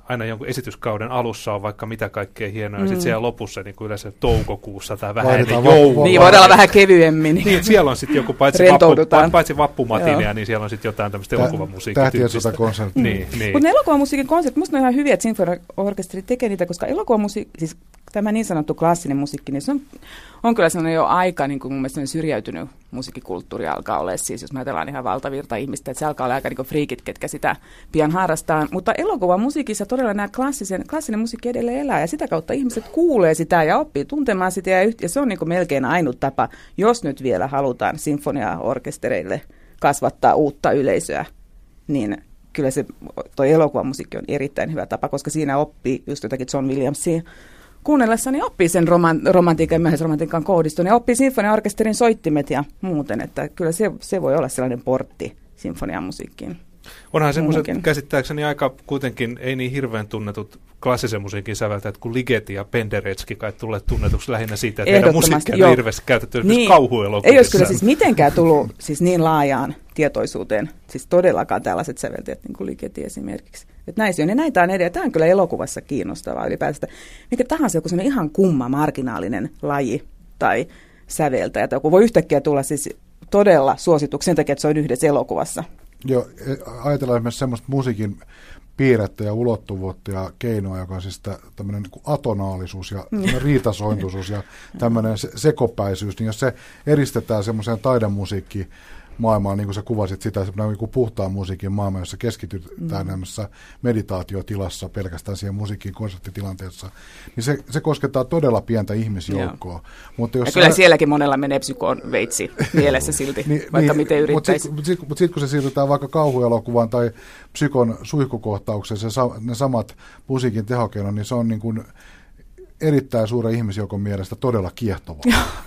aina jonkun esityskauden alussa on vaikka mitä kaikkea hienoa, mm. ja sitten siellä lopussa niin kuin yleensä toukokuussa tai vähän ennen joulua. Niin, voidaan olla vähän kevyemmin. Niin, siellä on sitten joku, paitsi, vappu, paitsi vappumatinia, niin siellä on sitten jotain tämmöistä elokuvamusiikkityyppistä. konsertti. Niin, niin. Mutta ne elokuvamusiikin konsertit, musta on ihan hyviä, että sinfoniaorkesteri tekee niitä, koska elokuvamusiikki, siis tämä niin sanottu klassinen musiikki, niin se on, on kyllä sellainen jo aika niin kuin mun mielestä syrjäytynyt musiikkikulttuuri alkaa olla, siis jos me ajatellaan ihan valtavirta ihmistä, että se alkaa olla aika niin kuin friikit, ketkä sitä pian harrastaa, mutta elokuvamusiikissa todella nämä klassisen, klassinen musiikki edelleen elää, ja sitä kautta ihmiset kuulee sitä ja oppii tuntemaan sitä, ja, ja se on niin kuin melkein ainut tapa, jos nyt vielä halutaan sinfoniaorkestereille kasvattaa uutta yleisöä, niin kyllä se toi elokuvamusiikki on erittäin hyvä tapa, koska siinä oppii just jotakin John Williamsia kuunnellessani oppii sen roman, romantiikan, myöhäisromantiikan koodiston ja oppii sinfoniaorkesterin soittimet ja muuten, että kyllä se, se voi olla sellainen portti sinfoniamusiikkiin. Onhan semmoiset käsittääkseni aika kuitenkin ei niin hirveän tunnetut klassisen musiikin säveltäjät kuin Ligeti ja Penderecki kai tulee tunnetuksi lähinnä siitä, että heidän musiikkia on hirveästi käytetty niin, kauhuelokuvissa. Ei olisi kyllä siis mitenkään tullut siis niin laajaan tietoisuuteen, siis todellakaan tällaiset säveltäjät niin kuin Ligeti esimerkiksi. Että näissä on, ja näitä on edelleen. Tämä on kyllä elokuvassa kiinnostavaa ylipäätään. Mikä tahansa joku sellainen ihan kumma marginaalinen laji tai säveltäjä, joku voi yhtäkkiä tulla siis todella suosituksi sen takia, että se on yhdessä elokuvassa. Joo, ajatellaan esimerkiksi semmoista musiikin piirrettä ja ulottuvuutta ja keinoa, joka on siis tämmöinen niin kuin atonaalisuus ja riitasointuisuus ja tämmöinen se- sekopäisyys, niin jos se eristetään semmoiseen taidemusiikkiin maailmaan, niin kuin sä kuvasit sitä, semmoinen niin puhtaan musiikin maailma, jossa keskitytään mm. meditaatiotilassa pelkästään siihen musiikin konserttitilanteessa, niin se, se koskettaa todella pientä ihmisjoukkoa. Mutta jos ja kyllä sä... sielläkin monella menee psykoon veitsi mielessä silti, niin, vaikka niin, miten yrittäisi. Mutta sitten mut sit, kun se siirrytään vaikka kauhuelokuvaan tai psykon suihkukohtaukseen, se, ne samat musiikin tehokeinot, niin se on niin kuin erittäin suuren ihmisjoukon mielestä todella kiehtovaa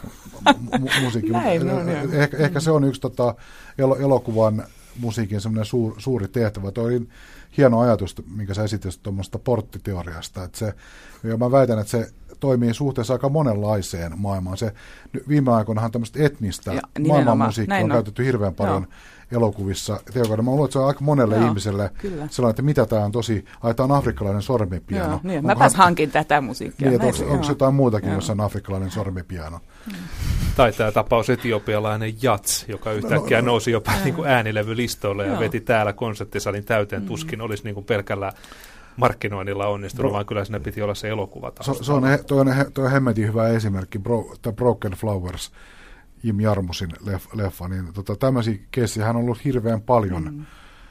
mu- musiikki. Näin, no, niin. ehkä, ehkä se on yksi tota, el- elokuvan musiikin semmoinen suur, suuri tehtävä. Tuo oli hieno ajatus, minkä sä esitit tuommoista porttiteoriasta. Että se, ja mä väitän, että se toimii suhteessa aika monenlaiseen maailmaan. Se, viime aikoinahan tämmöistä etnistä maailmanmusiikkia on, on käytetty hirveän paljon Joo. elokuvissa. Teokauden. Mä luulen, että se on aika monelle Joo, ihmiselle kyllä. sellainen, että mitä tämä on tosi, ai tämä on afrikkalainen sormipiano. Joo, niin, mäpäs hankin tätä musiikkia. Niin, onko, onko jotain muutakin, Joo. jossa on afrikkalainen sormipiano? Hmm. Tai tämä tapaus etiopialainen Jats, joka yhtäkkiä no, no, nousi jopa niin kuin äänilevylistoille ja veti täällä konserttisalin täyteen. Tuskin mm. olisi niin kuin pelkällä markkinoinnilla onnistunut, Bro, vaan kyllä siinä piti olla se elokuva taas. Se, se on, toi on, toi on hemmetin hyvä esimerkki, Bro, The Broken Flowers, Jim Jarmusin leff, leffa. Niin, tota, tämmöisiä keissiä hän on ollut hirveän paljon, mm.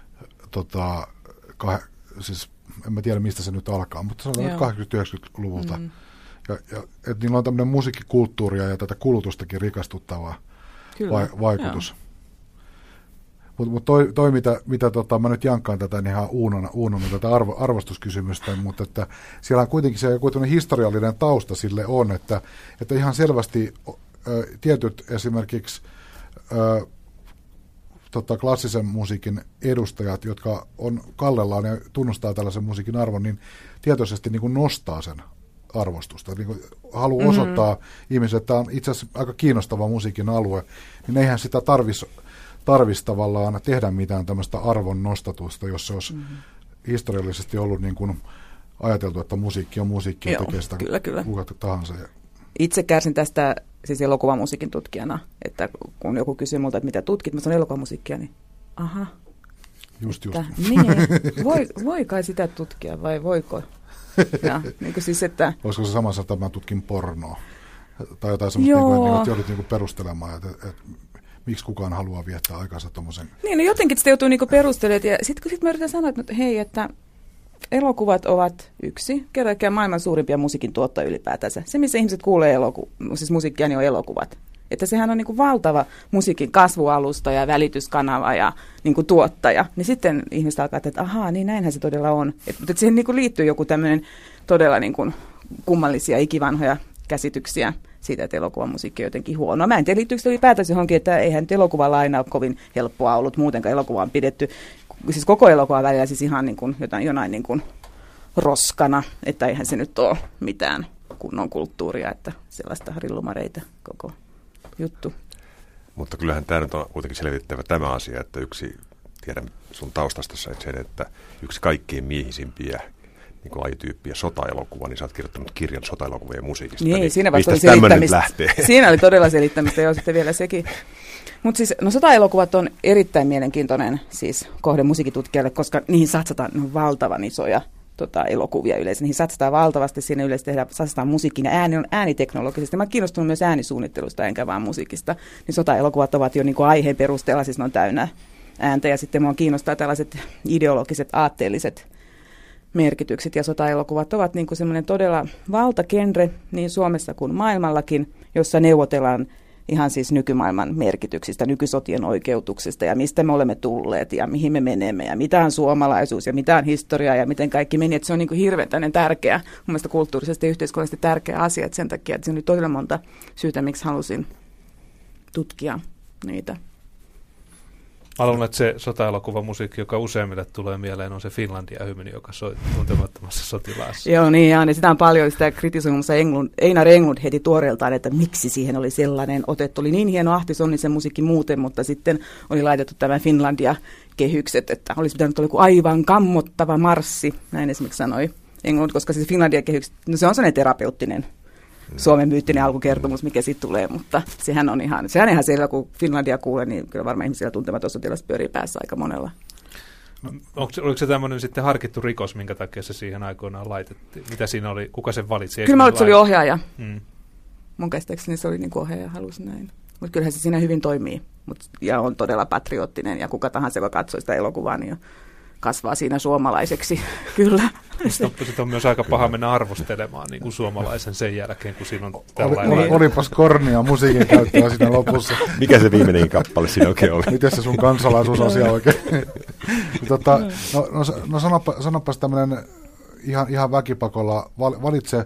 tota, kah, siis en mä tiedä mistä se nyt alkaa, mutta se on kahdeksankymmentä-yhdeksänkymmentäluvulta. Mm. Ja, ja, et niillä on tämmöinen musiikkikulttuuria ja tätä kulutustakin rikastuttava va, vaikutus. Mutta mut toi, toi, mitä, mitä tota, mä nyt jankkaan tätä niin ihan uunona, uunona tätä arvo, arvostuskysymystä, mutta että siellä on kuitenkin se joku historiallinen tausta sille on, että, että ihan selvästi ö, tietyt esimerkiksi ö, tota, klassisen musiikin edustajat, jotka on kallellaan ja tunnustaa tällaisen musiikin arvon, niin tietoisesti niin kuin nostaa sen arvostusta. Niin kuin haluaa mm-hmm. osoittaa ihmisille, että tämä on itse asiassa aika kiinnostava musiikin alue, niin eihän sitä tarvitsisi tarvitsisi tavallaan tehdä mitään tämmöistä arvon nostatusta, jos se olisi mm-hmm. historiallisesti ollut niin kuin ajateltu, että musiikki on musiikki ja tekee sitä kyllä, kyllä. kuka tahansa. Itse kärsin tästä siis elokuvamusiikin tutkijana, että kun joku kysyy multa, että mitä tutkit, mä sanon elokuvamusiikkia, niin aha. Just just. Että, niin, voi, voi kai sitä tutkia vai voiko? Ja, niin kuin siis, että... Olisiko se samassa, että mä tutkin pornoa? Tai jotain semmoista, niin kuin, että joudut niin kuin perustelemaan, että, että miksi kukaan haluaa viettää aikansa tuommoisen... Niin, no jotenkin sitä joutuu niinku perustelemaan. Ja sitten sit mä yritän sanoa, että hei, että elokuvat ovat yksi, kerrankin maailman suurimpia musiikin tuottajia ylipäätänsä. Se, missä ihmiset kuulee eloku- siis musiikkia, niin on elokuvat. Että sehän on niinku valtava musiikin kasvualusta ja välityskanava ja niinku tuottaja. Niin sitten ihmiset alkaa, että ahaa, niin näinhän se todella on. Et, mutta siihen niinku liittyy joku tämmöinen todella niinku kummallisia ikivanhoja käsityksiä siitä, että elokuvamusiikki on jotenkin huonoa. Mä en tiedä, liittyykö se ylipäätänsä johonkin, että eihän nyt elokuvalla aina ole kovin helppoa ollut. Muutenkaan elokuva on pidetty, siis koko elokuvan välillä siis ihan niin kuin jotain, jonain niin kuin roskana, että eihän se nyt ole mitään kunnon kulttuuria, että sellaista rillumareita koko juttu. Mutta kyllähän tämä nyt on kuitenkin selvittävä tämä asia, että yksi, tiedän sun taustastasi sen, että yksi kaikkein miehisimpiä niin kuin lajityyppiä sota-elokuva, niin sä oot kirjoittanut kirjan sota-elokuvien musiikista. Niin, niin siinä vasta oli selittämistä. Siinä oli todella selittämistä, joo, sitten vielä sekin. Mutta siis, no sota-elokuvat on erittäin mielenkiintoinen siis kohde musiikitutkijalle, koska niihin satsataan no, valtavan isoja tota, elokuvia yleensä. Niihin satsataan valtavasti, siinä yleensä tehdään, satsataan musiikin ja ääni on ääniteknologisesti. Mä oon kiinnostunut myös äänisuunnittelusta, enkä vaan musiikista. Niin sota-elokuvat ovat jo niin kuin aiheen perusteella, siis ne on täynnä ääntä. Ja sitten mua kiinnostaa tällaiset ideologiset, aatteelliset merkitykset. Ja sota-elokuvat ovat niin kuin semmoinen todella valtagenre niin Suomessa kuin maailmallakin, jossa neuvotellaan ihan siis nykymaailman merkityksistä, nykysotien oikeutuksista ja mistä me olemme tulleet ja mihin me menemme ja mitä on suomalaisuus ja mitä on historia ja miten kaikki meni. Että se on niin kuin hirveän tärkeä, mun mielestä kulttuurisesti ja yhteiskunnallisesti tärkeä asia, että sen takia, että se oli todella monta syytä, miksi halusin tutkia niitä. Mä luulen, että se sota-elokuvamusiikki, joka useimmille tulee mieleen, on se Finlandia-hymni, joka soi Tuntemattomassa sotilaassa. Joo, niin, ja niin sitä on paljon, sitä kritisoi muun Englund, Einar Englund heti tuoreeltaan, että miksi siihen oli sellainen otettu. Oli niin hieno ahtisonnisen musiikki muuten, mutta sitten oli laitettu tämä Finlandia-kehykset, että olisi pitänyt olla joku aivan kammottava marssi, näin esimerkiksi sanoi Englund, koska se Finlandia-kehykset, no se on sellainen terapeuttinen Suomen myyttinen alkukertomus, mikä sitten tulee, mutta sehän on ihan, sehän ihan siellä, kun Finlandia kuulee, niin kyllä varmaan ihmisillä Tuntematon sotilas pyörii päässä aika monella. No, onko, oliko se tämmöinen sitten harkittu rikos, minkä takia se siihen aikoinaan laitettiin? Mitä siinä oli, kuka sen valitsi? Kyllä mä olin, se oli ohjaaja. Mm. Mun käsittääkseni se oli niin kuin ohjaaja, halusi näin. Mutta kyllähän se siinä hyvin toimii Mut, ja on todella patriottinen ja kuka tahansa, joka katsoo sitä elokuvaa, niin kasvaa siinä suomalaiseksi, kyllä. Sitten on myös aika paha mennä arvostelemaan niin kuin suomalaisen sen jälkeen, kun siinä on tällainen. Oli, olipas kornia musiikin käyttöä siinä lopussa. Mikä se viimeinen kappale siinä oikein oli? Miten se sun kansalaisuusasia oikein? tota, no no, no sanoppa, sanopas tämmöinen ihan, ihan väkipakolla, valitse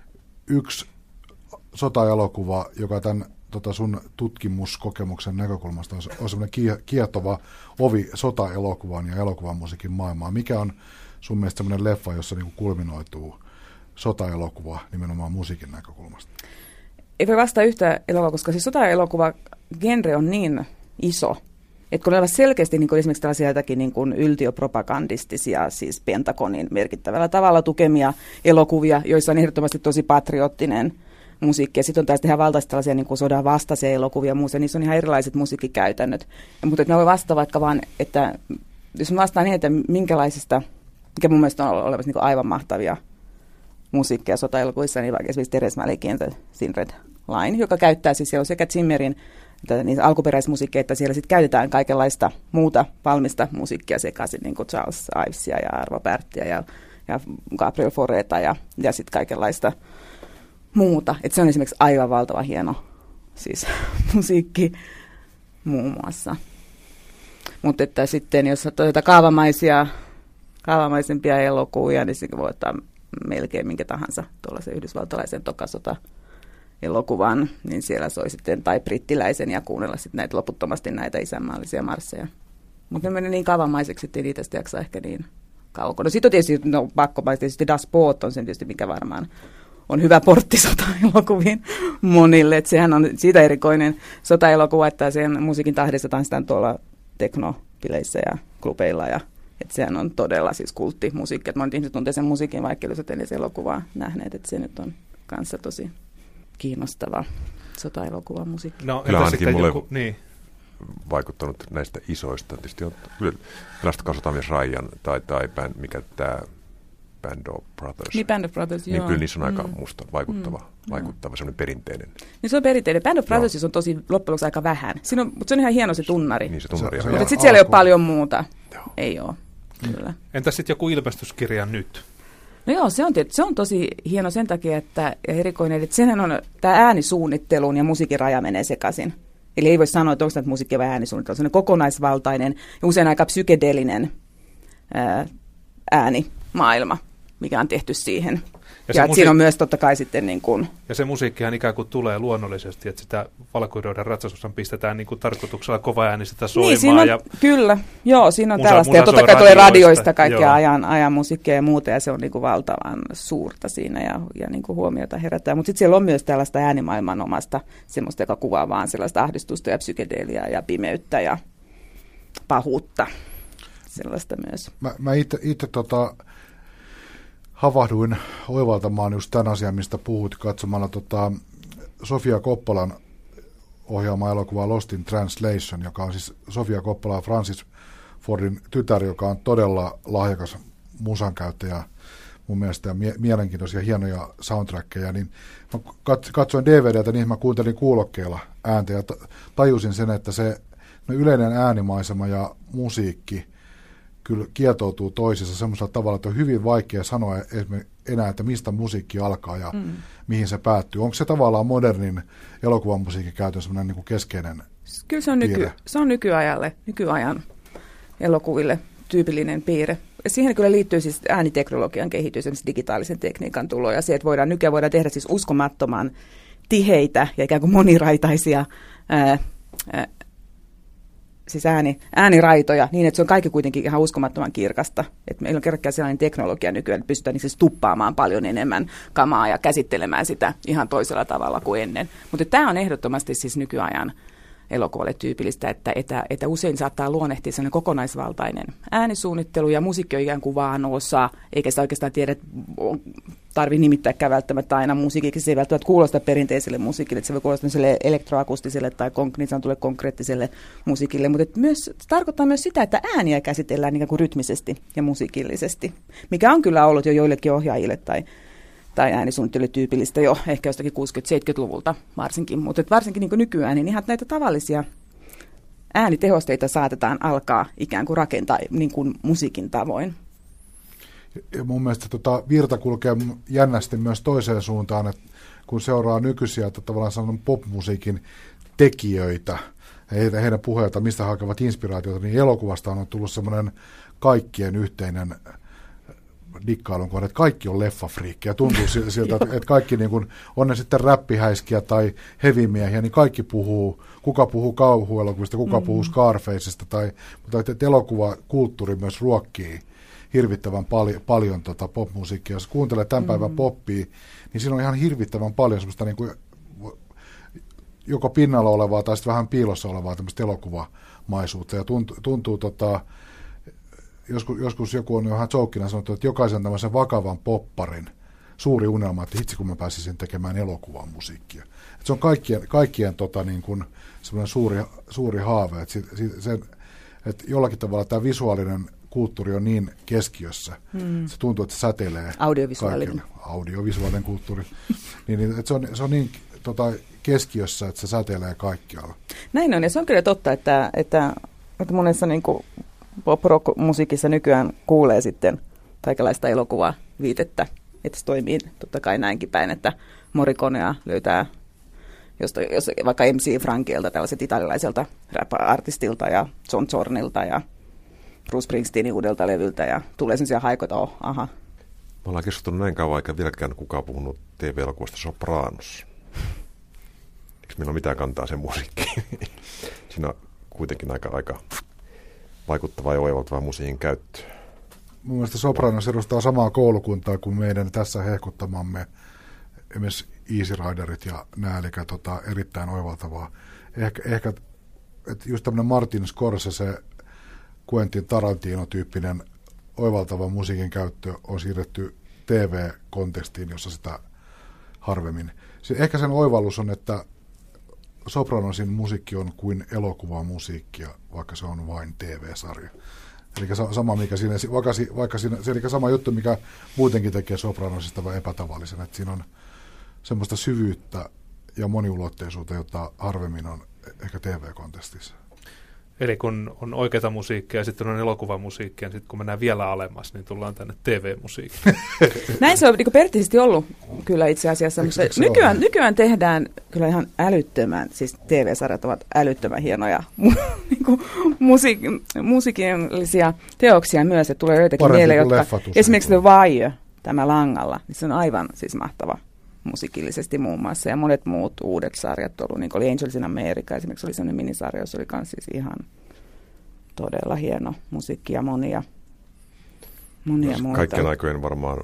yksi sota-elokuva, joka tämän tota sun tutkimuskokemuksen näkökulmasta on, on semmoinen kiehtova ovi sota-elokuvan ja elokuvan musiikin maailmaan. Mikä on sun mielestä semmoinen leffa, jossa niinku kulminoituu sota-elokuva nimenomaan musiikin näkökulmasta? Ei voi vastata yhtä elokuvaa, koska siis sota-elokuva genre on niin iso, että kun on selkeästi niin kuin esimerkiksi tällaisia jotakin niin kuin yltiöpropagandistisia, siis Pentagonin merkittävällä tavalla tukemia elokuvia, joissa on ehdottomasti tosi patriottinen musiikki. Ja sitten on taas tehdä valtaisesti tällaisia niin kuin sodan vastaisia elokuvia ja muuta, niissä on ihan erilaiset musiikkikäytännöt. Ja, mutta että mä voin vastata vaikka vaan, että jos mä vastaan niin, että minkälaisista, mikä mun mielestä on olevassa niin aivan mahtavia musiikkia sota-elokuvissa, niin vaikka esimerkiksi Teres Malikin The Thin Red Line, joka käyttää siis siellä on sekä Zimmerin että niitä alkuperäismusiikkia, että siellä sitten käytetään kaikenlaista muuta valmista musiikkia sekaisin, niin kuin Charles Ivesia ja Arvo Pärttiä ja, ja Gabriel Foreta ja, ja sitten kaikenlaista muuta. Et se on esimerkiksi aivan valtava hieno siis musiikki muun muassa. Mutta että sitten jos on kaavamaisia, kaavamaisempia elokuvia, niin sitten voi ottaa melkein minkä tahansa tuollaisen yhdysvaltalaisen tokasota elokuvan, niin siellä soi sitten, tai brittiläisen, ja kuunnella sitten näitä loputtomasti näitä isänmaallisia marsseja. Mutta ne meni niin kaavamaiseksi, että ei niitä sitten jaksa ehkä niin kaukana. No sitten on tietysti, no pakko mainita, tietysti Das Boot on sen tietysti, mikä varmaan on hyvä portti sota-elokuviin monille. Että sehän on siitä erikoinen sota-elokuva, että sen musiikin tahdissa tanssitaan tuolla teknopileissä ja klubeilla, ja että sehän on todella siis kulttimusiikki. Että monet ihmiset tuntee sen musiikin, vaikka ei ole edes elokuvaa nähneet, että se nyt on kanssa tosi kiinnostava sota-elokuvan musiikki. No, kyllä ainakin mulle joku, niin. vaikuttanut näistä isoista. Tietysti on, tällaista katsotaan myös Ryan tai, tai band, mikä tämä Band of Brothers. Niin, Band of Brothers, niin joo. Kyllä niissä on aika mm. musta vaikuttava, mm. vaikuttava semmoinen perinteinen. Niin se on perinteinen. Band of Brothers on tosi loppujen lopuksi aika vähän. Siinä on, mutta se on ihan hieno se tunnari. Niin se tunnari. Mutta sitten siellä ei ole paljon muuta. Joo. Ei ole, kyllä. Entäs sitten joku ilmestyskirja nyt? No joo, se on, se on tosi hieno sen takia, että ja erikoinen, että sehän on tämä äänisuunnittelun ja musiikin raja menee sekaisin. Eli ei voi sanoa, että onko tämä musiikki vai äänisuunnittelu. Se on kokonaisvaltainen ja usein aika psykedeellinen ää, äänimaailma, mikä on tehty siihen. Ja, ja musiik- siinä on myös totta kai sitten niin kuin... Ja se musiikkihan ikään kuin tulee luonnollisesti, että sitä valkoiroiden ratsastushan pistetään niin kuin tarkoituksella kova ääni sitä soimaan. Niin, siinä on, ja kyllä, joo, siinä on musa, tällaista. Musa ja totta kai tulee radioista kaikkea ajan, ajan musiikkia ja muuta, ja se on niin kuin valtavan suurta siinä ja, ja niin kuin huomiota herättää. Mutta sitten siellä on myös tällaista äänimaailman omasta, semmoista, joka kuvaa vaan sellaista ahdistusta ja psykedeliaa ja pimeyttä ja pahuutta. Sellaista myös. Mä, mä itse tota... havahduin oivaltamaan just tämän asian, mistä puhut, katsomalla tota Sofia Coppolan ohjaama elokuva Lost in Translation, joka on siis Sofia Coppola ja Francis Fordin tytär, joka on todella lahjakas musankäyttäjä, mun mielestä mie- mielenkiintoisia, hienoja soundtrackeja, niin mä katsoin D V D:tä, niin mä kuuntelin kuulokkeilla ääntä ja tajusin sen, että se no yleinen äänimaisema ja musiikki kyllä kietoutuu toisissa semmoisella tavalla, että on hyvin vaikea sanoa enää, että mistä musiikki alkaa ja mm. mihin se päättyy. Onko se tavallaan modernin elokuvan musiikin käytön semmoinen niin kuin keskeinen Kyllä se on, nyky, se on nykyajalle, nykyajan elokuville tyypillinen piirre. Siihen kyllä liittyy siis ääniteknologian kehitys, esimerkiksi digitaalisen tekniikan tulo ja se, että voidaan, nykyään voidaan tehdä siis uskomattoman tiheitä ja ikään kuin moniraitaisia ää, ää, siis ääni, ääniraitoja niin, että se on kaikki kuitenkin ihan uskomattoman kirkasta. Että meillä on kerran sellainen teknologia nykyään, että pystytään niin siis tuppaamaan paljon enemmän kamaa ja käsittelemään sitä ihan toisella tavalla kuin ennen. Mutta tämä on ehdottomasti siis nykyajan elokuvalle tyypillistä, että, että, että usein saattaa luonnehtia sellainen kokonaisvaltainen äänisuunnittelu ja musiikki on ikään kuin vaan osa, eikä sitä oikeastaan tiedä, että tarvitse nimittääkään välttämättä aina musiikiksi, se ei välttämättä kuulosta perinteiselle musiikille, että se voi kuulostaa elektroakustiselle tai niin sanotulle konkreettiselle musiikille, mutta myös, se tarkoittaa myös sitä, että ääniä käsitellään ikään kuin rytmisesti ja musiikillisesti, mikä on kyllä ollut jo joillekin ohjaajille tai tai äänisuunnittelu tyypillistä jo ehkä jostakin kuusikymmentä-seitsemänkymmentäluvulta varsinkin, mutta varsinkin niin kuin nykyään, niin ihan näitä tavallisia äänitehosteita saatetaan alkaa ikään kuin rakentaa niin kuin musiikin tavoin. Ja mun mielestä tota virta kulkee jännästi myös toiseen suuntaan, että kun seuraa nykyisiä että tavallaan sanon popmusiikin tekijöitä, heidän, heidän puheilta, mistä hakevat inspiraatiota, niin elokuvasta on tullut semmoinen kaikkien yhteinen dikkailun kohde, että kaikki on leffafriikkiä. Tuntuu siltä, että kaikki niin kuin, on ne sitten räppihäiskiä tai hevimiehiä, niin kaikki puhuu, kuka puhuu kauhuelokuvista, kuka mm-hmm. puhuu Scarfaceista, tai, mutta että elokuvakulttuuri myös ruokkii hirvittävän pali, paljon tota popmusiikkia. Jos kuuntelee tämän mm-hmm. päivän poppia, niin siinä on ihan hirvittävän paljon semmoista niin kuin, joko pinnalla olevaa tai sitten vähän piilossa olevaa tämmöistä elokuvamaisuutta, ja tuntuu, tuntuu tota, Joskus, joskus joku on ihan joukkina sanottu, että jokaisen tämmöisen vakavan popparin suuri unelma, että hitsi kun mä pääsisin tekemään elokuvan musiikkia. Että se on kaikkien, kaikkien tota, niin kuin semmoinen suuri, suuri haave, että, se, se, että jollakin tavalla tämä visuaalinen kulttuuri on niin keskiössä, hmm. se tuntuu, että se säteilee. Audiovisuaalinen. Audiovisuaalinen kulttuuri. niin, niin, että se, on, se on niin tota, keskiössä, että se säteilee kaikkialla. Näin on, ja se on kyllä totta, että, että, että monessa niin kuin pop-rock-musiikissa nykyään kuulee sitten kaikenlaista elokuvaa viitettä, että se toimii totta kai näinkin päin, että Morriconea löytää josta, jos, vaikka M C Frankilta, tällaiset italialaiselta rap-artistilta ja John Zornilta ja Bruce Springsteenin uudelta levyltä ja tulee sellaisia haikoita, oh, aha. Me ollaan keskustellut näin kauan, eikä vieläkään kukaan puhunut T V-elokuvasta Sopranos. Eikö meillä ole mitään kantaa sen musiikkiin? Siinä on kuitenkin aika, aika vaikuttavaa ja oivaltavaa musiikin käyttöä. Mun mielestä Sopranos edustaa samaa koulukuntaa kuin meidän tässä hehkuttamamme esimerkiksi Easy Riderit ja nämä, eli tota, erittäin oivaltavaa. Ehkä, ehkä että just tämmöinen Martin Scorsese, Quentin Tarantino-tyyppinen oivaltava musiikin käyttö on siirretty T V-kontekstiin, jossa sitä harvemmin. Se, ehkä sen oivallus on, että Sopranosin musiikki on kuin elokuvamusiikkia, vaikka se on vain T V-sarja. Eli sama, mikä siinä, vaikka, vaikka siinä, eli sama juttu, mikä muutenkin tekee Sopranosista vai epätavallisen, että siinä on semmoista syvyyttä ja moniulotteisuutta, jota harvemmin on ehkä T V-kontekstissa. Eli kun on oikeata musiikkia ja sitten on elokuvamusiikkia, ja sitten kun mennään vielä alemmas, niin tullaan tänne T V-musiikkiin. Näin se on niin perinteisesti ollut kyllä itse asiassa. Mutta nykyään, nykyään tehdään kyllä ihan älyttömän, siis T V-sarjat ovat älyttömän hienoja niin musiik- musiikillisia teoksia myös, että tulee joitakin mieleen, jotka esimerkiksi The Wire, tämä Langalla, niin se on aivan siis mahtava musiikillisesti muun muassa, ja monet muut uudet sarjat ollut, niin kuin oli Angels in America, esimerkiksi oli sellainen minisarja, jossa oli myös siis ihan todella hieno musiikki ja monia, monia Jos muita. Kaikkien aikojen varmaan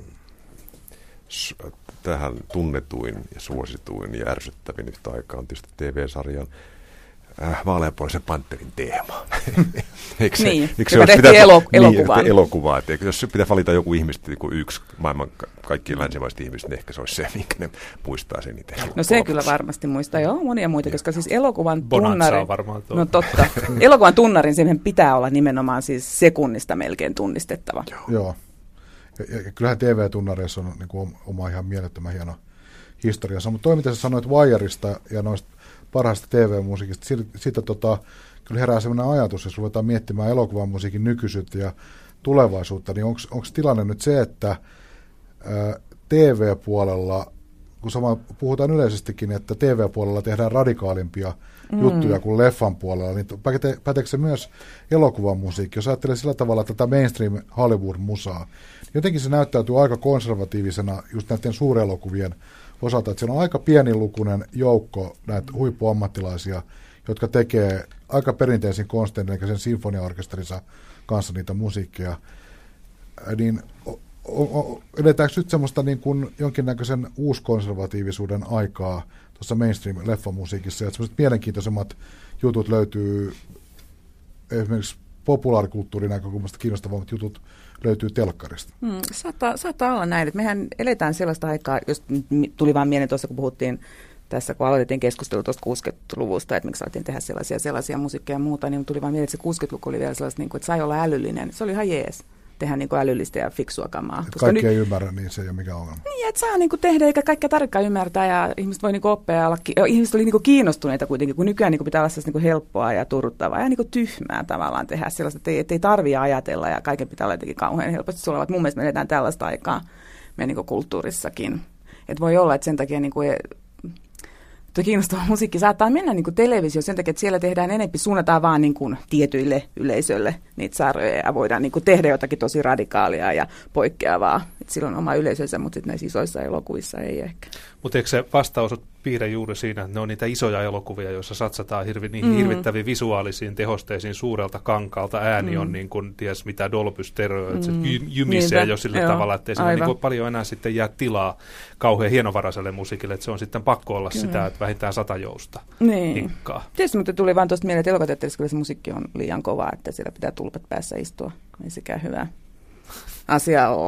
tähän tunnetuin ja suosituin ja ärsyttävin yhtä aikaa on tietysti T V-sarjan äh, vaaleanpuolisen Panterin teema. Eikö se, niin, eikö se joka tehtiin elo, elokuvaan. Niin, elokuvaa. Että jos pitää valita joku ihmistä, niin yksi maailman kaikki länsimaiset ihmiset, niin ehkä se olisi se, minkä ne muistaa sen itse. No se kyllä varmasti muistaa. Joo, monia muita, koska siis elokuvan tunnari... varmaan tuo. No totta. Elokuvan tunnarin siihen pitää olla nimenomaan siis sekunnista melkein tunnistettava. Joo. Joo. Ja, ja kyllähän T V-tunnareissa on niin kuin oma ihan mielettömän hieno historiansa. Mutta toi, mitä sä sanoit Wireista ja noista parhaista T V-musiikista, siitä, siitä tota, kyllä herää sellainen ajatus, jos ruvetaan miettimään elokuvan musiikin nykyisyyttä ja tulevaisuutta, niin onko tilanne nyt se, että ää, T V-puolella, kun sama puhutaan yleisestikin, että T V-puolella tehdään radikaalimpia mm. juttuja kuin leffan puolella, niin päte, päteekö se myös elokuvan musiikki? Jos ajattelee sillä tavalla tätä mainstream Hollywood-musaa, jotenkin se näyttäytyy aika konservatiivisena just näiden suurelokuvien osalta, että siellä on aika pienilukuinen joukko näitä huippuammattilaisia, jotka tekee aika perinteisin konstein, eli sen sinfoniaorkesterinsa kanssa niitä musiikkia, niin edetäänkö nyt semmoista niin kuin jonkinnäköisen uuskonservatiivisuuden aikaa tuossa mainstream-leffamusiikissa, että semmoiset mielenkiintoisemmat jutut löytyy esimerkiksi populaarikulttuurin näkökulmasta kiinnostavammat jutut löytyy telkkarista. Hmm, saattaa, saattaa olla näin, että mehän eletään sellaista aikaa, jos tuli vaan mieleen tuossa, kun puhuttiin tässä, kun aloitettiin keskustelua tuosta kuusikymmentäluvusta, että miksi saatiin tehdä sellaisia sellaisia musiikkia ja muuta, niin tuli vaan mieleen, että se kuusikymmentäluku oli vielä sellaista, niin kuin, että sai olla älyllinen. Se oli ihan jees tehdä niin kuin älyllistä ja fiksua kamaa. Kaikki nyt ei ymmärrä, niin se ei ole mikään ongelma. Niin, että saa niin kuin tehdä, eikä kaikkea tarkkaan ymmärtää, ja ihmiset voi niin kuin oppia, ja olla, ihmiset oli niin kuin kiinnostuneita kuitenkin, kun nykyään niin kuin pitää olla niin kuin helppoa ja turruttavaa ja niin kuin tyhmää tavallaan tehdä sellaista, että ei, että ei tarvitse ajatella, ja kaiken pitää olla jotenkin kauhean helposti sulla. Mun mielestä me eletään tällaista aikaa meidän niin kuin kulttuurissakin. Että voi olla, että sen takia niin kuin tuo kiinnostava musiikki saattaa mennä niin kuin televisio sen takia, että siellä tehdään enemmän, suunnataan vaan niin kuin tietyille yleisölle niitä sarjoja ja voidaan niin kuin tehdä jotakin tosi radikaalia ja poikkeavaa. Et silloin on oma yleisönsä, mutta sitten näissä isoissa elokuvissa ei ehkä. Mutta eikö se vastaus piirre juuri siinä, että ne on niitä isoja elokuvia, joissa satsataan hirvi, niihin mm. hirvittäviin visuaalisiin tehosteisiin suurelta kankaalta. Ääni mm. on niin kuin ties mitä Dolby Stereo, että mm. se jymisee Niinpä. jo sillä Joo. tavalla, että ei siinä niin paljon enää sitten jää tilaa kauhean hienovaraiselle musiikille, että se on sitten pakko olla Kyllä. sitä, että vähintään sata jousta niin. hinkkaa. Tietysti, mutta tuli vaan tuosta mieleen, että elokuvateatterissa kyllä se musiikki on liian kovaa, että siellä pitää tulpat päässä istua. Ei sekään hyvä asia ole.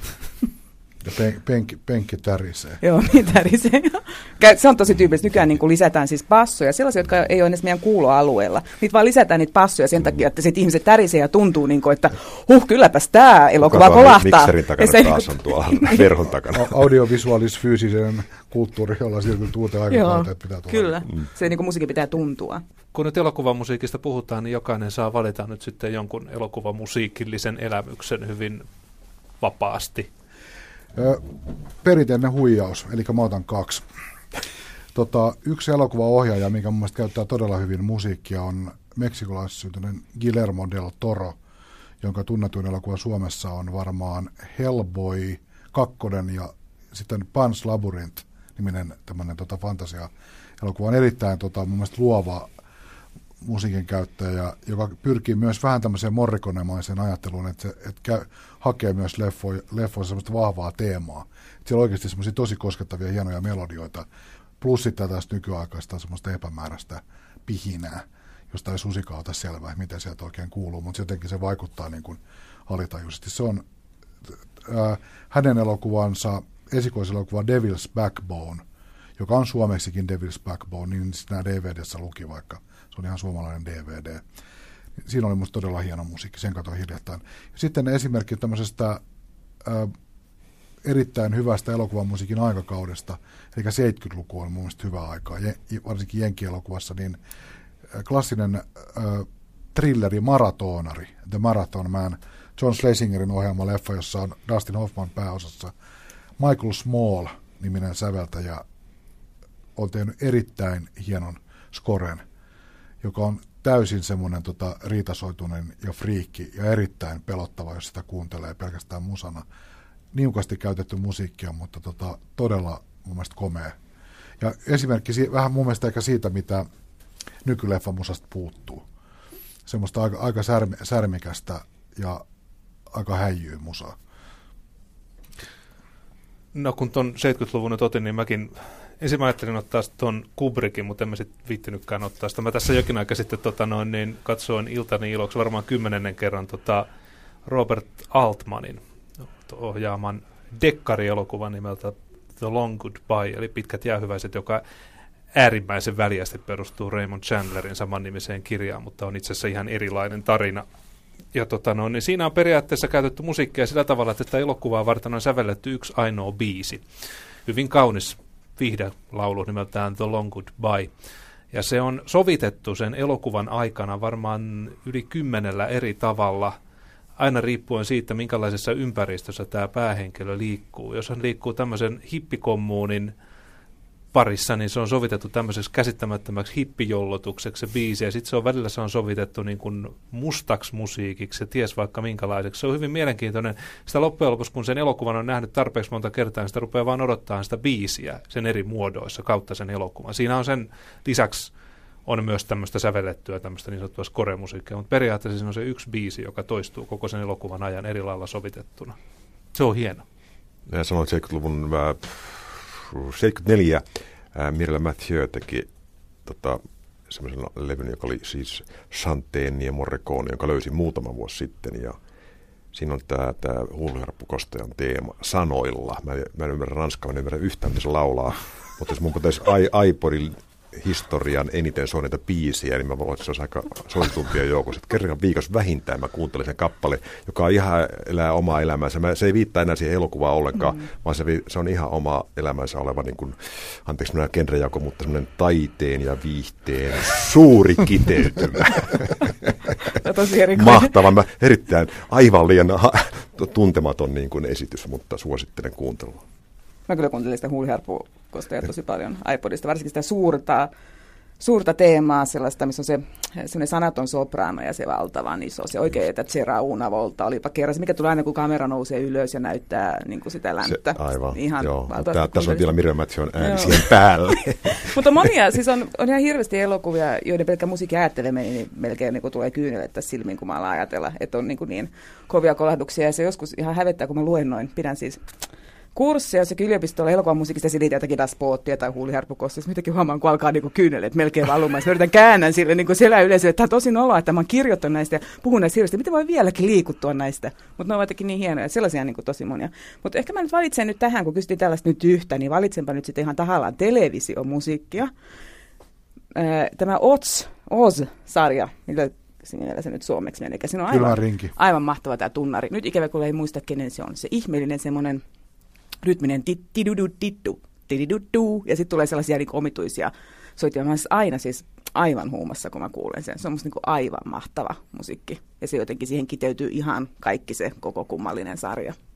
Ja pen, penkki, penkki tärisee. Joo, niin tärisee. Se on tosi tyypillistä. Nykyään niin kuin lisätään siis passoja, sellaisia, jotka ei ole edes meidän kuuloalueella. Niitä vaan lisätään niitä passoja sen takia, että sit ihmiset tärisee ja tuntuu, niin kuin, että huh, kylläpäs tämä elokuva kolahtaa. Mikserin takana se, taas on tuolla verhon takana. Audiovisuaalis-fyysisen kulttuuri, jolla siirtyy uuteen aikakauteen, pitää tulla. Kyllä, mm. se niin kuin musiikin pitää tuntua. Kun nyt elokuvamusiikista puhutaan, niin jokainen saa valita nyt sitten jonkun elokuvamusiikillisen elämyksen hyvin vapaasti. Perinteinen huijaus, eli mä otan kaksi. Tota, yksi elokuvaohjaaja, mikä mun mielestä käyttää todella hyvin musiikkia, on meksikolaissyntyinen Guillermo del Toro, jonka tunnetuin elokuva Suomessa on varmaan Hellboy kaksi ja sitten Pan's Labyrinth-niminen tämmöinen tota, fantasia-elokuva. On erittäin tota, mun mielestä luova musiikin käyttäjä, joka pyrkii myös vähän tämmöiseen morrikonemaiseen ajatteluun, että se että käy, hakee myös leffoja, leffoja semmoista vahvaa teemaa. Että siellä on oikeasti semmoisia tosi koskettavia, hienoja melodioita, plus sitten tästä nykyaikaista semmoista epämääräistä pihinää, josta ei susikaan ota selvää, miten sieltä oikein kuuluu, mutta jotenkin se vaikuttaa niin kuin alitajuisesti. Se on äh, hänen elokuvansa, esikoiselokuva Devil's Backbone, joka on suomeksikin Devil's Backbone, niin sitten nämä D V D:ssä luki vaikka. Se on ihan suomalainen D V D. Siinä oli musta todella hieno musiikki, sen katsoin hiljattain. Sitten esimerkki tämmöisestä ä, erittäin hyvästä elokuvamusiikin aikakaudesta, eli seitsemänkymmentäluku on mun mielestä hyvä aikaa, je, varsinkin Jenkki-elokuvassa, niin klassinen ä, thrilleri Maratonari, The Marathon Man, John Schlesingerin ohjaama leffa, jossa on Dustin Hoffman pääosassa. Michael Small-niminen säveltäjä on tehnyt erittäin hienon scoren, joka on täysin semmoinen tota, riitasoitunen ja friikki ja erittäin pelottava, jos sitä kuuntelee pelkästään musana. Niukasti käytetty musiikkia, mutta tota, todella mun mielestä komea. Ja esimerkki vähän mun mielestä eikä siitä, mitä nykyleffamusasta puuttuu. Semmoista aika, aika särmi, särmikästä ja aika häijyy musaa. No kun tuon seitsemänkymmentäluvun nyt otin, niin mäkin ensin mä ajattelin ottaa tuon Kubrickin, mutta en mä sitten viittinytkään ottaa sitä. Mä tässä jokin aika sitten tota noin, niin katsoin iltani iloksi varmaan kymmenennen kerran tota Robert Altmanin ohjaaman dekkarielokuvan nimeltä The Long Goodbye, eli Pitkät jäähyväiset, joka äärimmäisen väljästi perustuu Raymond Chandlerin samannimiseen kirjaan, mutta on itse asiassa ihan erilainen tarina. Ja tota no, niin siinä on periaatteessa käytetty musiikkia sillä tavalla, että tätä elokuvaa varten on sävelletty yksi ainoa biisi. Hyvin kaunis viihdelaulu nimeltään The Long Goodbye. Ja se on sovitettu sen elokuvan aikana varmaan yli kymmenellä eri tavalla, aina riippuen siitä, minkälaisessa ympäristössä tämä päähenkilö liikkuu. Jos hän liikkuu tämmöisen hippikommuunin parissa, niin se on sovitettu tämmöiseksi käsittämättömäksi hippijollotukseksi se biisi, ja sitten se on välillä se on sovitettu niin kuin mustaksi musiikiksi, ja ties vaikka minkälaiseksi. Se on hyvin mielenkiintoinen. Sitä loppujen lopuksi, kun sen elokuvan on nähnyt tarpeeksi monta kertaa, niin sitä rupeaa vaan odottaa sitä biisiä sen eri muodoissa kautta sen elokuvan. Siinä on sen lisäksi on myös tämmöistä sävellettyä, tämmöistä niin sanottua score-musiikkia, mutta periaatteessa siinä on se yksi biisi, joka toistuu koko sen elokuvan ajan eri lailla sovitettuna. Se on hieno. Ja sanoin seitsemänkymmentäluvun äh, seitsemänkymmentäneljä äh, Mirella Mathieu teki tota, semmoisen levyn, joka oli siis Chanteen ja Morricone, jonka löysin muutama vuosi sitten. Ja siinä on tämä, tämä Huuliharppukostajan teema sanoilla. Mä, mä en ymmärrä ranskaa, mä en ymmärrä yhtään, mitä se laulaa. Mutta jos mun pitäisi iPodin historian eniten soineita biisiä, niin mä voin, että se olisi aika soitumpia joukossa. Kerran viikossa vähintään mä kuuntelin sen kappale, joka ihan elää omaa elämäänsä. Mä, se ei viittaa enää siihen elokuvaan ollenkaan, mm. vaan se, se on ihan oma elämänsä oleva, niin kuin, anteeksi minä genrejako, mutta semmoinen taiteen ja viihteen suuri kiteytymä. Mahtava. Mä erittäin aivan liian ha, tuntematon niin kuin esitys, mutta suosittelen kuuntelua. Mä kyllä kuuntelin sitä Huuliharppukostajaa tosi paljon iPodista, varsinkin sitä suurta, suurta teemaa, sellaista, missä on se sellainen sanaton soprano ja se valtavan iso, se oikein, että C'era una volta, olipa kerran se, mikä tulee aina, kun kamera nousee ylös ja näyttää niin kuin sitä länttä. Se, aivan, ihan joo. Tää, tässä on vielä Mirella Mathieu'n ääni siihen päälle. Mutta monia, siis on, on ihan hirveästi elokuvia, joiden pelkkä musiikin ajatteleminen, niin melkein niin kuin tulee kyynelet tässä silmiin, kun mä alan ajatella, että on niin, kuin niin kovia kolahduksia, ja se joskus ihan hävettää, kun mä luennoin, pidän siis kurssia jossakin yliopistolla elokuvan musiikista silitä jotakin Das Boottia tai Huuliharppukosta. Mitäkin huomaan, kun alkaa niinku kyynelet melkein valumaan. Mä yritän käännän sille niinku selän yleisölle, että tämä on tosi noloa, että mä oon kirjoittanut näistä ja puhun näistä hirveästi. Miten voi vieläkin liikuttua näistä? Mutta ne ovat jotenkin niin hienoja, että sellaisia niinku tosi monia. Mutta ehkä mä nyt valitsen nyt tähän, kun kysyttiin tällaista nyt yhtä, niin valitsenpa nyt sitten ihan tahallaan televisiomusiikkia. Tämä Oz, Oz-sarja, millä se nyt suomeksi menee. Siinä on aivan, aivan mahtava tämä tunnari. Nyt ikävä, kun ei muista, kenen se on. Se ihmeellinen semmoinen rytminen tididudididdu, tididuddu, ja sitten tulee sellaisia niin omituisia soittimia. Mä olen aina siis aivan huumassa, kun mä kuulen sen. Se on musta niin aivan mahtava musiikki. Ja se jotenkin siihen kiteytyy ihan kaikki se koko kummallinen sarja.